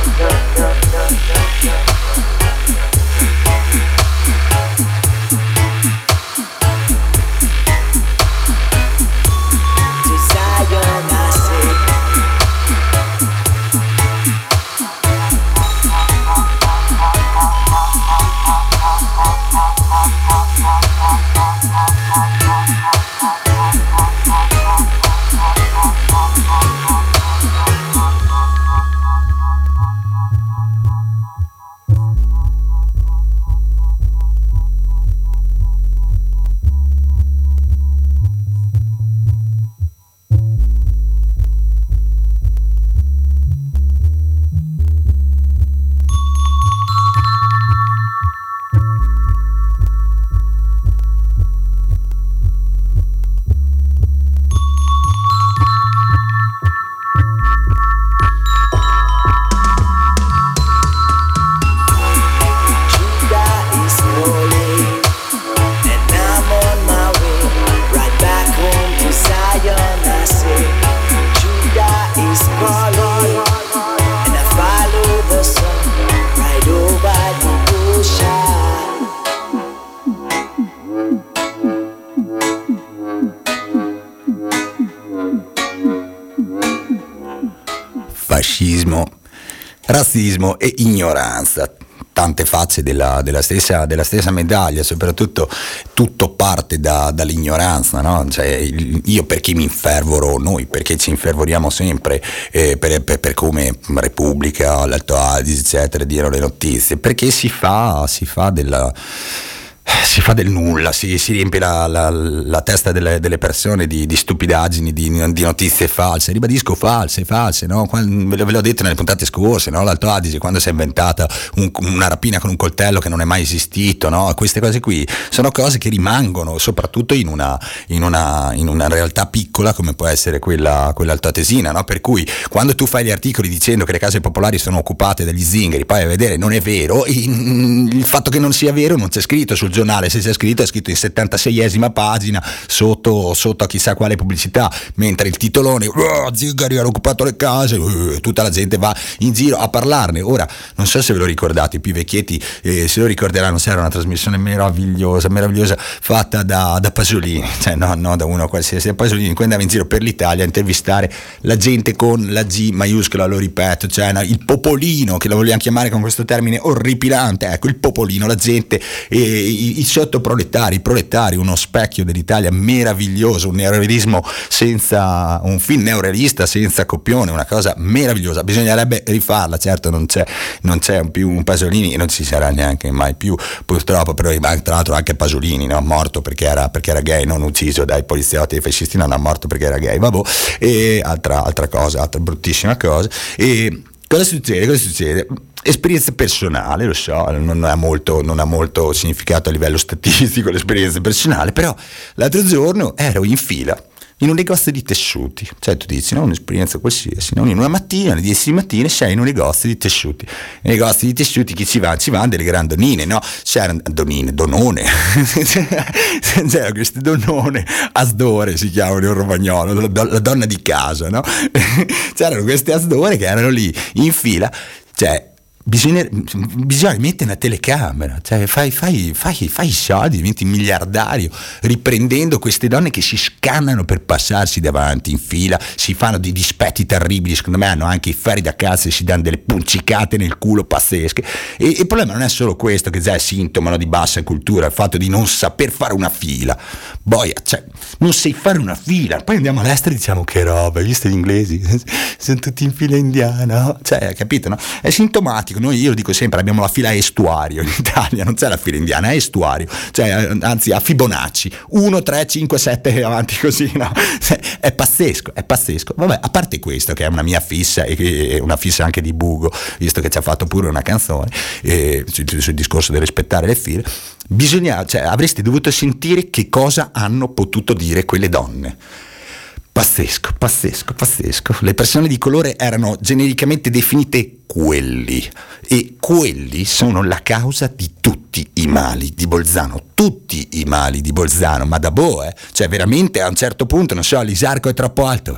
Fascismo, razzismo e ignoranza, tante facce della, della, stessa, della stessa medaglia, soprattutto tutto parte da, dall'ignoranza, no? Cioè, io perché mi infervoro, noi perché ci infervoriamo sempre eh, per, per, per come Repubblica, l'Alto Adige eccetera diano le notizie, perché si fa, si fa della... si fa del nulla, si, si riempie la, la, la testa delle, delle persone di, di stupidaggini, di, di notizie false, ribadisco false, false, no? Quando, ve l'ho detto nelle puntate scorse, no? L'Alto Adige quando si è inventata un, una rapina con un coltello che non è mai esistito, no? Queste cose qui sono cose che rimangono soprattutto in una, in una, in una realtà piccola come può essere quella, quella altoatesina, no? Per cui quando tu fai gli articoli dicendo che le case popolari sono occupate dagli zingari, poi a vedere non è vero, il fatto che non sia vero non c'è scritto sul giornale, se c'è scritto è scritto in settantaseiesima pagina sotto, sotto a chissà quale pubblicità, mentre il titolone oh, zingari hanno occupato le case, uh, tutta la gente va in giro a parlarne. Ora non so se ve lo ricordate, i più vecchietti eh, se lo ricorderanno, c'era una trasmissione meravigliosa meravigliosa fatta da, da Pasolini, cioè no, no da uno qualsiasi, da Pasolini, che andava in giro per l'Italia a intervistare la gente con la G maiuscola, lo ripeto, cioè no, il popolino, che lo vogliamo chiamare con questo termine orripilante, ecco il popolino, la gente, eh, i, i sottoproletari, i proletari, uno specchio dell'Italia meraviglioso, un neorealismo senza, un film neorealista senza copione, una cosa meravigliosa, bisognerebbe rifarla, certo non c'è, non c'è più un Pasolini e non ci sarà neanche mai più purtroppo, però tra l'altro anche Pasolini, no? Morto perché era, perché era gay, non ucciso dai poliziotti e fascisti, non è morto perché era gay, vabbè, e altra, altra cosa, altra bruttissima cosa. E cosa succede? Cosa succede? Esperienza personale, lo so, non ha molto, non ha molto significato a livello statistico l'esperienza personale, però l'altro giorno ero in fila in un negozio di tessuti, cioè tu dici, no, un'esperienza qualsiasi, no? In una mattina, alle dieci di mattina sei in un negozio di tessuti, nei negozi di tessuti chi ci va? Ci vanno delle grandi donine, no? C'erano donine, donone, c'erano queste donone, asdore si chiamano in romagnolo, la, la donna di casa, no? C'erano queste asdore che erano lì in fila, cioè Bisogna, bisogna mettere una telecamera, cioè fai, fai, fai, fai i soldi, diventi miliardario riprendendo queste donne che si scannano per passarsi davanti in fila, si fanno dei dispetti terribili, secondo me hanno anche i ferri da cazzo e si danno delle puncicate nel culo pazzesche. E, e il problema non è solo questo, che già è sintomo, no, di bassa cultura, il fatto di non saper fare una fila. Boia, cioè, non sai fare una fila, poi andiamo all'estero e diciamo che roba, hai visto gli inglesi? Sono tutti in fila indiana, no? Cioè, capito, no? È sintomatico. Noi, io lo dico sempre, abbiamo la fila a estuario in Italia, non c'è la fila indiana, è estuario, cioè anzi a Fibonacci, uno, tre, cinque, sette avanti così, no? È pazzesco, è pazzesco. Vabbè, a parte questo che è una mia fissa e che è una fissa anche di Bugo, visto che ci ha fatto pure una canzone eh, sul, sul discorso di rispettare le file, bisogna, cioè avreste dovuto sentire che cosa hanno potuto dire quelle donne. Pazzesco, pazzesco, pazzesco. Le persone di colore erano genericamente definite quelli, e quelli sono la causa di tutti i mali di Bolzano, tutti i mali di Bolzano, ma da boh, eh? Cioè veramente a un certo punto, non so, l'Isarco è troppo alto, eh,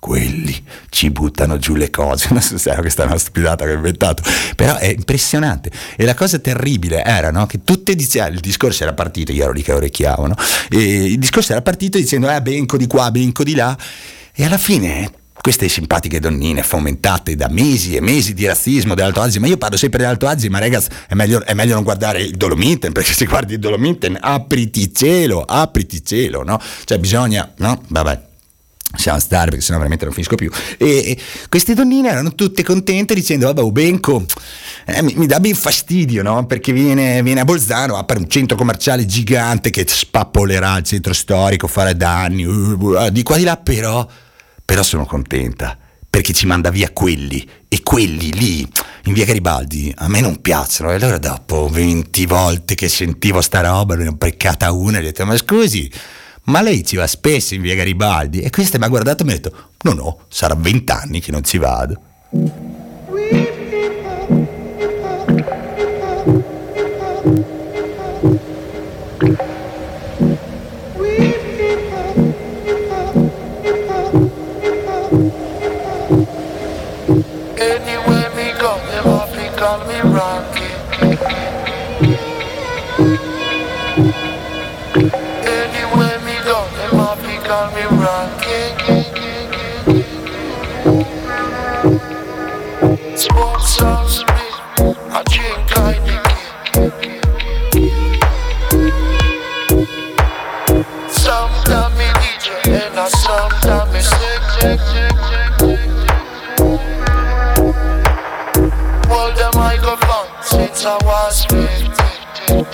quelli ci buttano giù le cose. Non so se è questa è una stupidata che ho inventato, però è impressionante. E la cosa terribile era, no, che tutte dicevano, il discorso era partito, io ero lì che orecchiavo, no? E il discorso era partito dicendo eh benco di qua, benco di là, e alla fine queste simpatiche donnine fomentate da mesi e mesi di razzismo dell'Alto Adige, ma io parlo sempre dell'Alto Adige, ma ragazzi è meglio, è meglio non guardare il Dolomiten, perché se guardi il Dolomiten apriti cielo, apriti cielo, no? Cioè bisogna, no? Vabbè, lasciamo stare perché sennò veramente non finisco più. E, e queste donnine erano tutte contente dicendo vabbè Ubenco eh, mi, mi dà ben fastidio, no? Perché viene, viene a Bolzano, apre un centro commerciale gigante che spappolerà il centro storico, farà danni uh, uh, di qua di là, però però sono contenta perché ci manda via quelli, e quelli lì in via Garibaldi a me non piacciono. E allora dopo venti volte che sentivo sta roba ne ho beccata una e ho detto ma scusi, ma lei ci va spesso in via Garibaldi? E questa mi ha guardato e mi ha detto no no, sarà vent'anni che non ci vado. Anywhere me go, them all be call me Rocky. Anywhere me go, them all be call me Rocky. Smoke some spit, I drink Heineken. Sometimes me D J and I sometimes me sing. Hold the microphone since I was fifteen.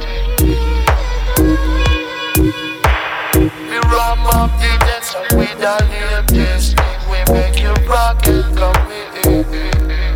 We ram up the dancer with a little tasting. We make you rock and come in.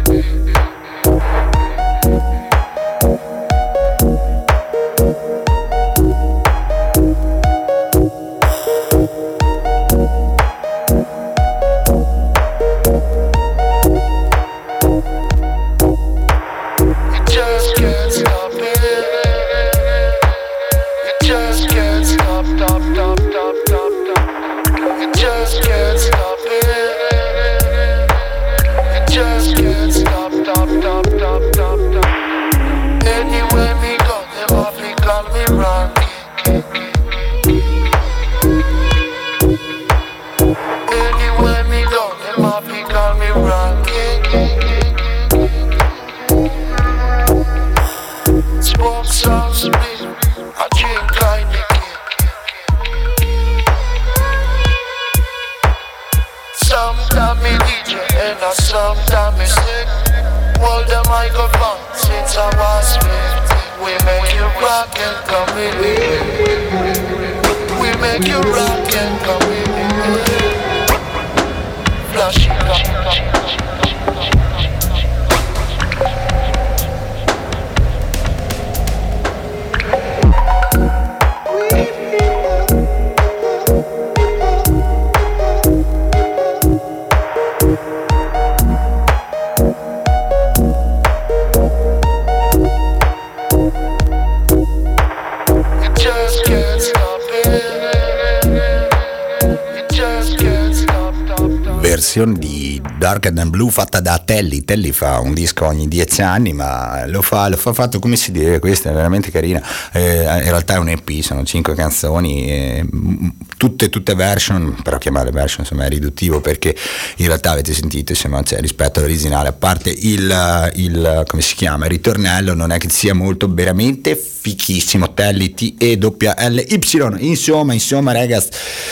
Di Darker Than Blue fatta da Telly. Telly fa un disco ogni dieci anni, ma lo fa, lo fa fatto come si deve. Questa è veramente carina. Eh, in realtà è un E P, sono cinque canzoni, eh, tutte, tutte version, però chiamare version insomma è riduttivo perché in realtà avete sentito insomma c'è rispetto all'originale, a parte il, il come si chiama il ritornello, non è che sia molto veramente fichissimo. Telly T E W L Y, insomma insomma ragazzi,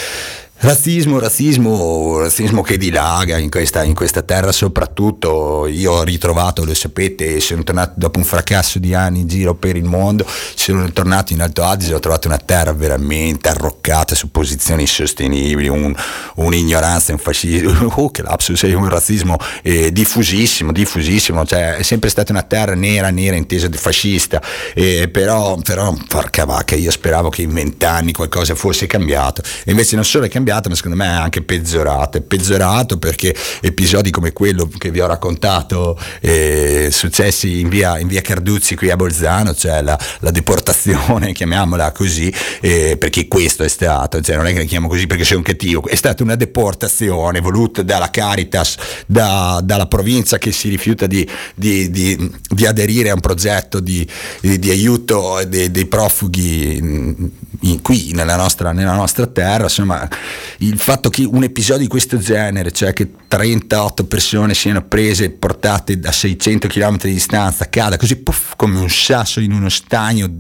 Razzismo, razzismo, razzismo che dilaga in questa, in questa terra soprattutto. Io ho ritrovato, lo sapete, sono tornato dopo un fracasso di anni in giro per il mondo, sono tornato in Alto Adige, ho trovato una terra veramente arroccata su posizioni insostenibili, un, un'ignoranza, un fascismo, oh che lapsus, un razzismo eh, diffusissimo, diffusissimo, cioè è sempre stata una terra nera, nera intesa di fascista, eh, però, però porca vacca, io speravo che in vent'anni qualcosa fosse cambiato, e invece non solo è cambiato, cambiato, ma secondo me è anche peggiorato. È peggiorato perché episodi come quello che vi ho raccontato, eh, successi in via, in via Carducci qui a Bolzano, cioè la, la deportazione, chiamiamola così, eh, perché questo è stato, cioè non è che la chiamo così perché sei un cattivo, è stata una deportazione voluta dalla Caritas, da, dalla provincia che si rifiuta di, di, di, di aderire a un progetto di, di, di aiuto dei, dei profughi in, in, qui nella nostra, nella nostra terra. Insomma, il fatto che un episodio di questo genere, cioè che trentotto persone siano prese e portate da seicento chilometri di distanza, cada così puff, come un sasso in uno stagno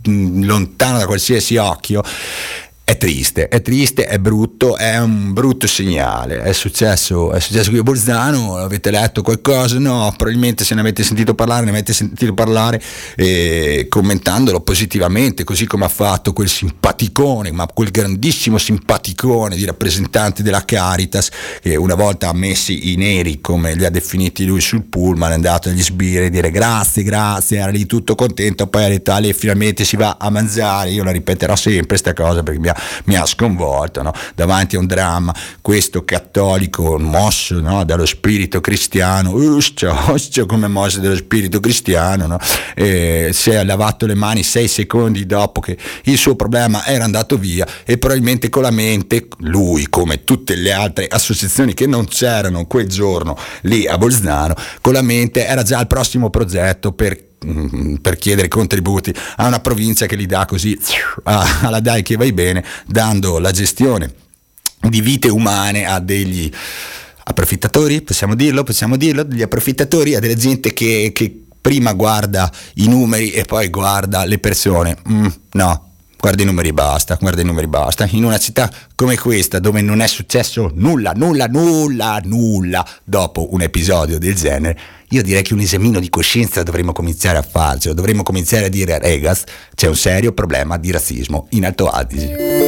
lontano da qualsiasi occhio, è triste, è triste, è brutto, è un brutto segnale. È successo, è successo qui a Bolzano. Avete letto qualcosa? No, probabilmente se ne avete sentito parlare, ne avete sentito parlare eh, commentandolo positivamente, così come ha fatto quel simpaticone, ma quel grandissimo simpaticone di rappresentanti della Caritas, che una volta ha messi i neri, come li ha definiti lui, sul pullman, è andato agli sbirri a dire grazie, grazie, era lì tutto contento, poi ha detto ah, finalmente si va a mangiare. Io la ripeterò sempre sta cosa perché mi ha mi ha sconvolto, no? Davanti a un dramma, questo cattolico mosso, no? Dallo spirito cristiano, uscia, uscia, come mosso dallo spirito cristiano, no? E si è lavato le mani sei secondi dopo che il suo problema era andato via, e probabilmente con la mente, lui come tutte le altre associazioni che non c'erano quel giorno lì a Bolzano, con la mente era già il prossimo progetto per per chiedere contributi a una provincia che li dà così alla dai che vai bene, dando la gestione di vite umane a degli approfittatori, possiamo dirlo, possiamo dirlo, degli approfittatori, a della gente che, che prima guarda i numeri e poi guarda le persone. Mm, no, guarda i numeri basta, guarda i numeri basta. In una città come questa, dove non è successo nulla, nulla, nulla, nulla dopo un episodio del genere, io direi che un esamino di coscienza dovremmo cominciare a farcelo, dovremmo cominciare a dire regas, c'è un serio problema di razzismo in Alto Adige.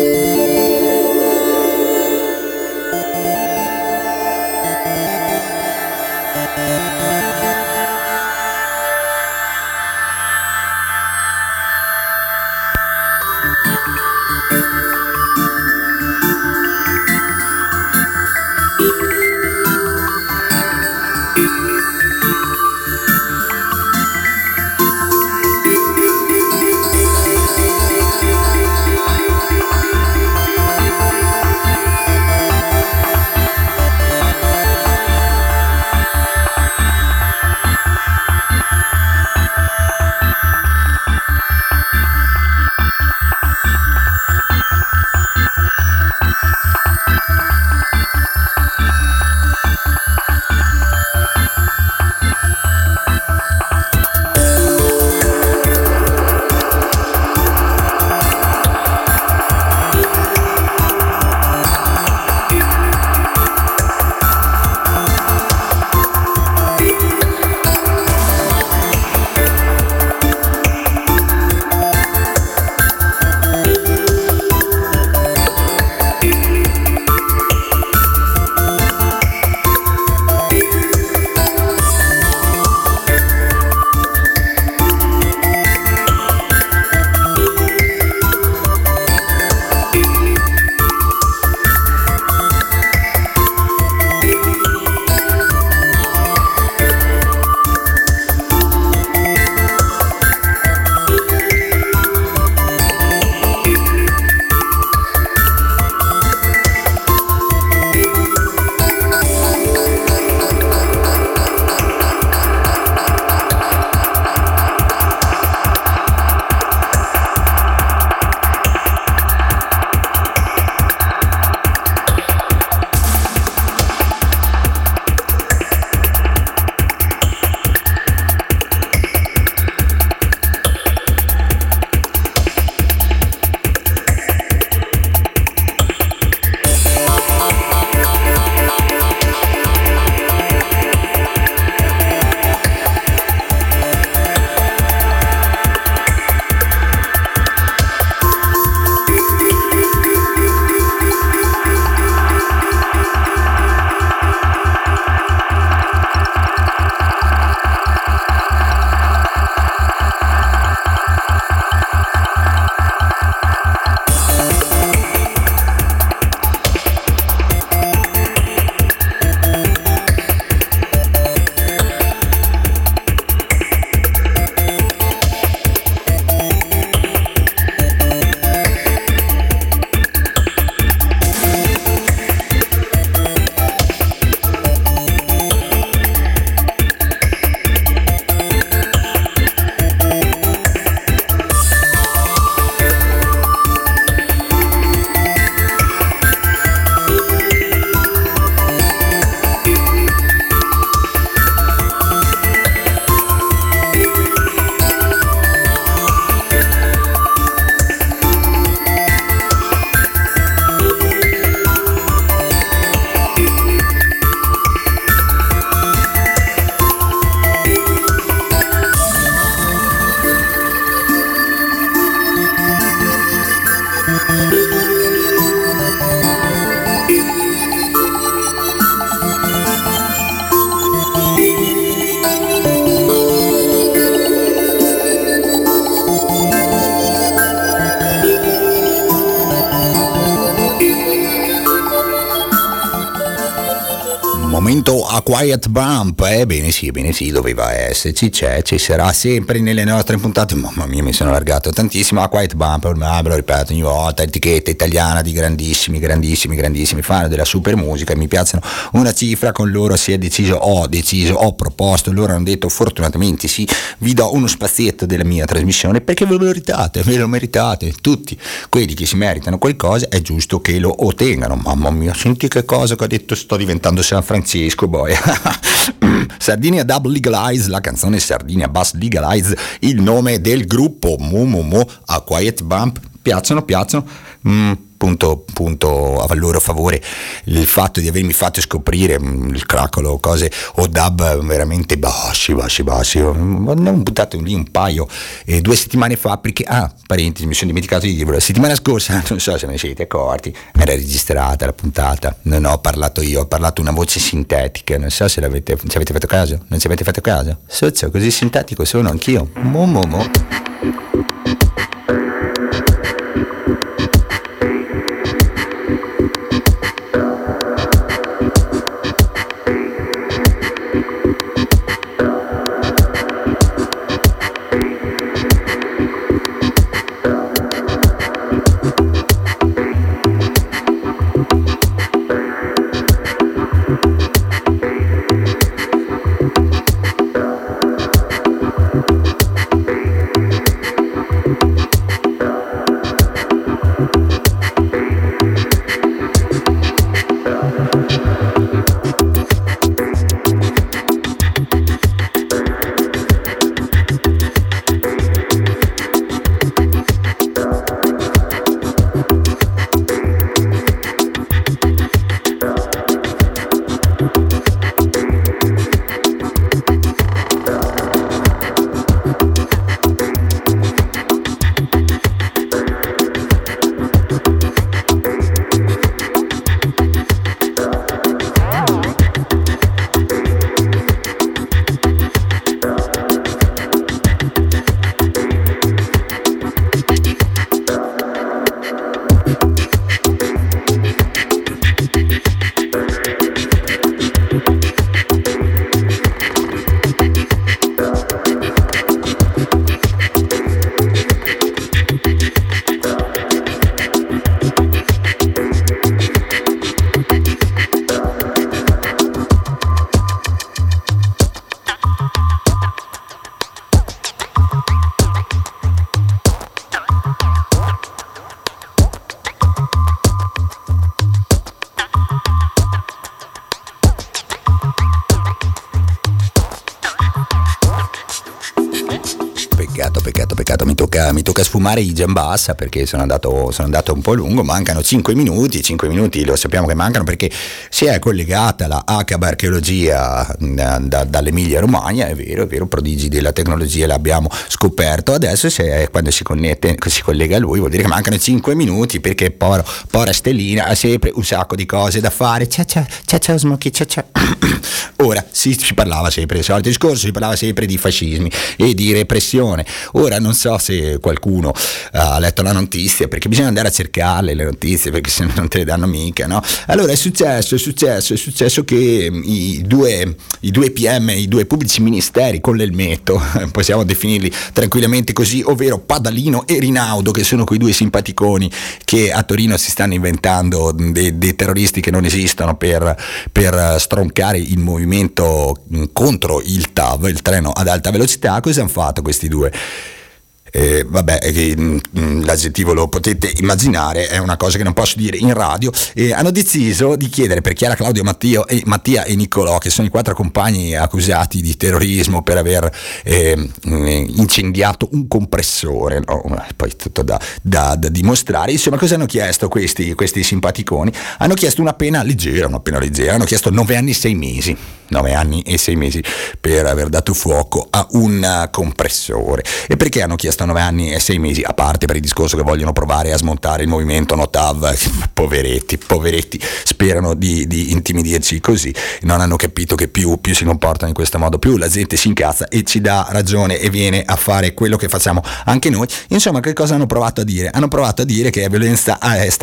appunto A Quiet Bump. Ebbene sì, ebbene sì, doveva esserci, c'è, ci sarà sempre nelle nostre puntate. Mamma mia, mi sono allargato tantissimo. A Quiet Bump, ormai ve lo ripeto ogni volta, etichetta italiana di grandissimi, grandissimi, grandissimi fan della super musica. Mi piacciono una cifra, con loro si è deciso, ho deciso, ho proposto, loro hanno detto fortunatamente sì, vi do uno spazietto della mia trasmissione perché ve lo meritate, ve lo meritate, tutti quelli che si meritano qualcosa è giusto che lo ottengano. Mamma mia, senti che cosa che ho detto, sto diventando San Francesco boy. Sardinia Dub Legalize, la canzone Sardinia Bass Legalize, il nome del gruppo. Mo mo mo, A Quiet Bump, piacciono, piacciono. Mm, punto, punto a loro favore il fatto di avermi fatto scoprire mm, il craccolo, cose o dub veramente bassi, bassi, bassi. Ne ho buttato lì un paio eh, due settimane fa perché, ah, parentesi, mi sono dimenticato di dirvelo, la settimana scorsa, non so se ne siete accorti, era registrata la puntata, non ho parlato io, ho parlato una voce sintetica, non so se l'avete, ci avete fatto caso, non ci avete fatto caso? Sozzo, così sintetico sono anch'io. Mo mo mo. Mi tocca sfumare i Giambassa perché sono andato, sono andato un po' lungo, mancano cinque minuti, cinque minuti lo sappiamo che mancano perché si è collegata la H B Archeologia da, da, dall'Emilia Romagna, è vero, è vero, prodigi della tecnologia l'abbiamo scoperto, adesso se, quando si, connette, si collega a lui vuol dire che mancano cinque minuti perché poro, pora Stellina ha sempre un sacco di cose da fare, ciao ciao, ciao ciao Smokey, ciao ciao. Ora si, si parlava sempre del solito discorso, si parlava sempre di fascismi e di repressione, ora non so se qualcuno ha letto la notizia perché bisogna andare a cercarle le notizie perché se non te le danno mica, no? Allora è successo, è successo, è successo che i due, i due P M, i due pubblici ministeri con l'elmetto, possiamo definirli tranquillamente così, ovvero Padalino e Rinaudo, che sono quei due simpaticoni che a Torino si stanno inventando dei, dei terroristi che non esistono per, per stroncare il movimento contro il T A V, il treno ad alta velocità. Cosa hanno fatto questi due? Eh, vabbè, eh, l'aggettivo lo potete immaginare, è una cosa che non posso dire in radio. Eh, hanno deciso di chiedere per Chiara, Claudio, Matteo e, Mattia e Niccolò, che sono i quattro compagni accusati di terrorismo per aver eh, incendiato un compressore, no? Poi tutto da, da, da dimostrare. Insomma, cosa hanno chiesto questi, questi simpaticoni? Hanno chiesto una pena leggera, una pena leggera, hanno chiesto nove anni e sei mesi. nove anni e sei mesi per aver dato fuoco a un compressore. E perché hanno chiesto nove anni e sei mesi? A parte per il discorso che vogliono provare a smontare il movimento Notav, poveretti, poveretti, sperano di, di intimidirci così, non hanno capito che più, più si comportano in questo modo, più la gente si incazza e ci dà ragione e viene a fare quello che facciamo anche noi. Insomma, che cosa hanno provato a dire? Hanno provato a dire che la violenza è stata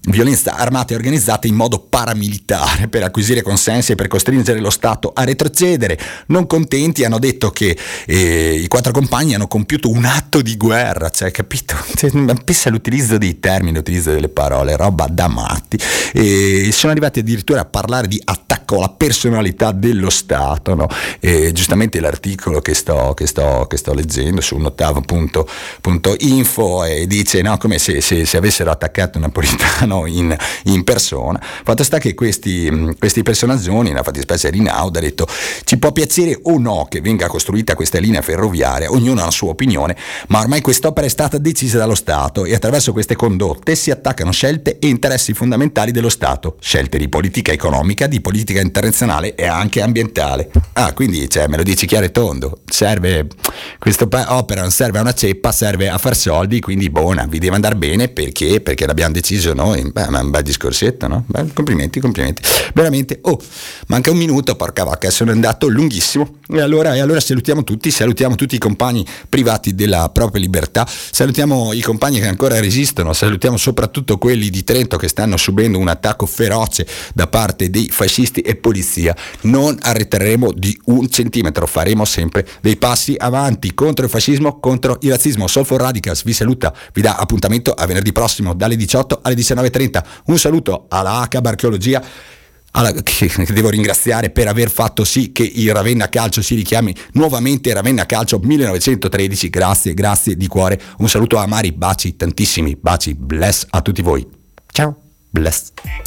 violenza armata e organizzata in modo paramilitare per acquisire consensi e per costringere lo Stato a retrocedere. Non contenti hanno detto che eh, i quattro compagni hanno compiuto un atto di guerra, cioè, capito? Cioè, pensa all'utilizzo dei termini, l'utilizzo delle parole, roba da matti. E sono arrivati addirittura a parlare di attacco alla personalità dello Stato, no? E giustamente l'articolo che sto, che sto, che sto leggendo su nottavo punto info e dice, no, come se, se, se avessero attaccato un napolitano in, in persona. Fatto sta che questi, questi personaggioni, nella fattispecie Rinaudo, ha detto: ci può piacere o no che venga costruita questa linea ferroviaria, ognuno ha la sua opinione, ma ormai quest'opera è stata decisa dallo Stato e attraverso queste condotte si attaccano scelte e interessi fondamentali dello Stato, scelte di politica economica, di politica internazionale e anche ambientale. Ah, quindi cioè, me lo dici chiaro e tondo, serve questa opera, non serve a una ceppa, serve a far soldi, quindi buona, vi deve andare bene perché perché l'abbiamo deciso noi. Beh, ma è un bel discorsetto, no? Beh, complimenti, complimenti. Veramente, oh, manca un minuto, porca vacca, sono andato lunghissimo. E allora, e allora salutiamo tutti, salutiamo tutti i compagni privati della propria libertà, salutiamo i compagni che ancora resistono, salutiamo soprattutto quelli di Trento che stanno subendo un attacco feroce da parte dei fascisti e polizia. Non arretreremo di un centimetro, faremo sempre dei passi avanti contro il fascismo, contro il razzismo. Soulful Radicals vi saluta, vi dà appuntamento a venerdì prossimo dalle diciotto alle diciannove e trenta. Un saluto alla H B Archeologia, alla, che, che devo ringraziare per aver fatto sì che il Ravenna Calcio si richiami nuovamente Ravenna Calcio millenovecentotredici. Grazie, grazie di cuore. Un saluto a Mari, baci, tantissimi baci, bless a tutti voi. Ciao, bless.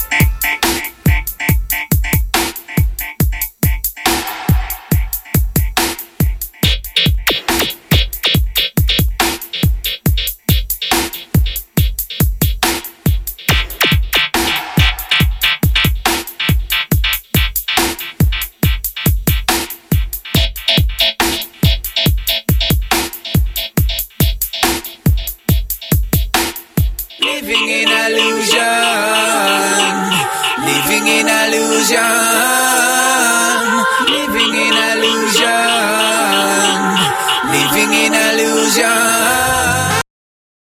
Living in illusion, living in illusion, living in illusion, living in illusion.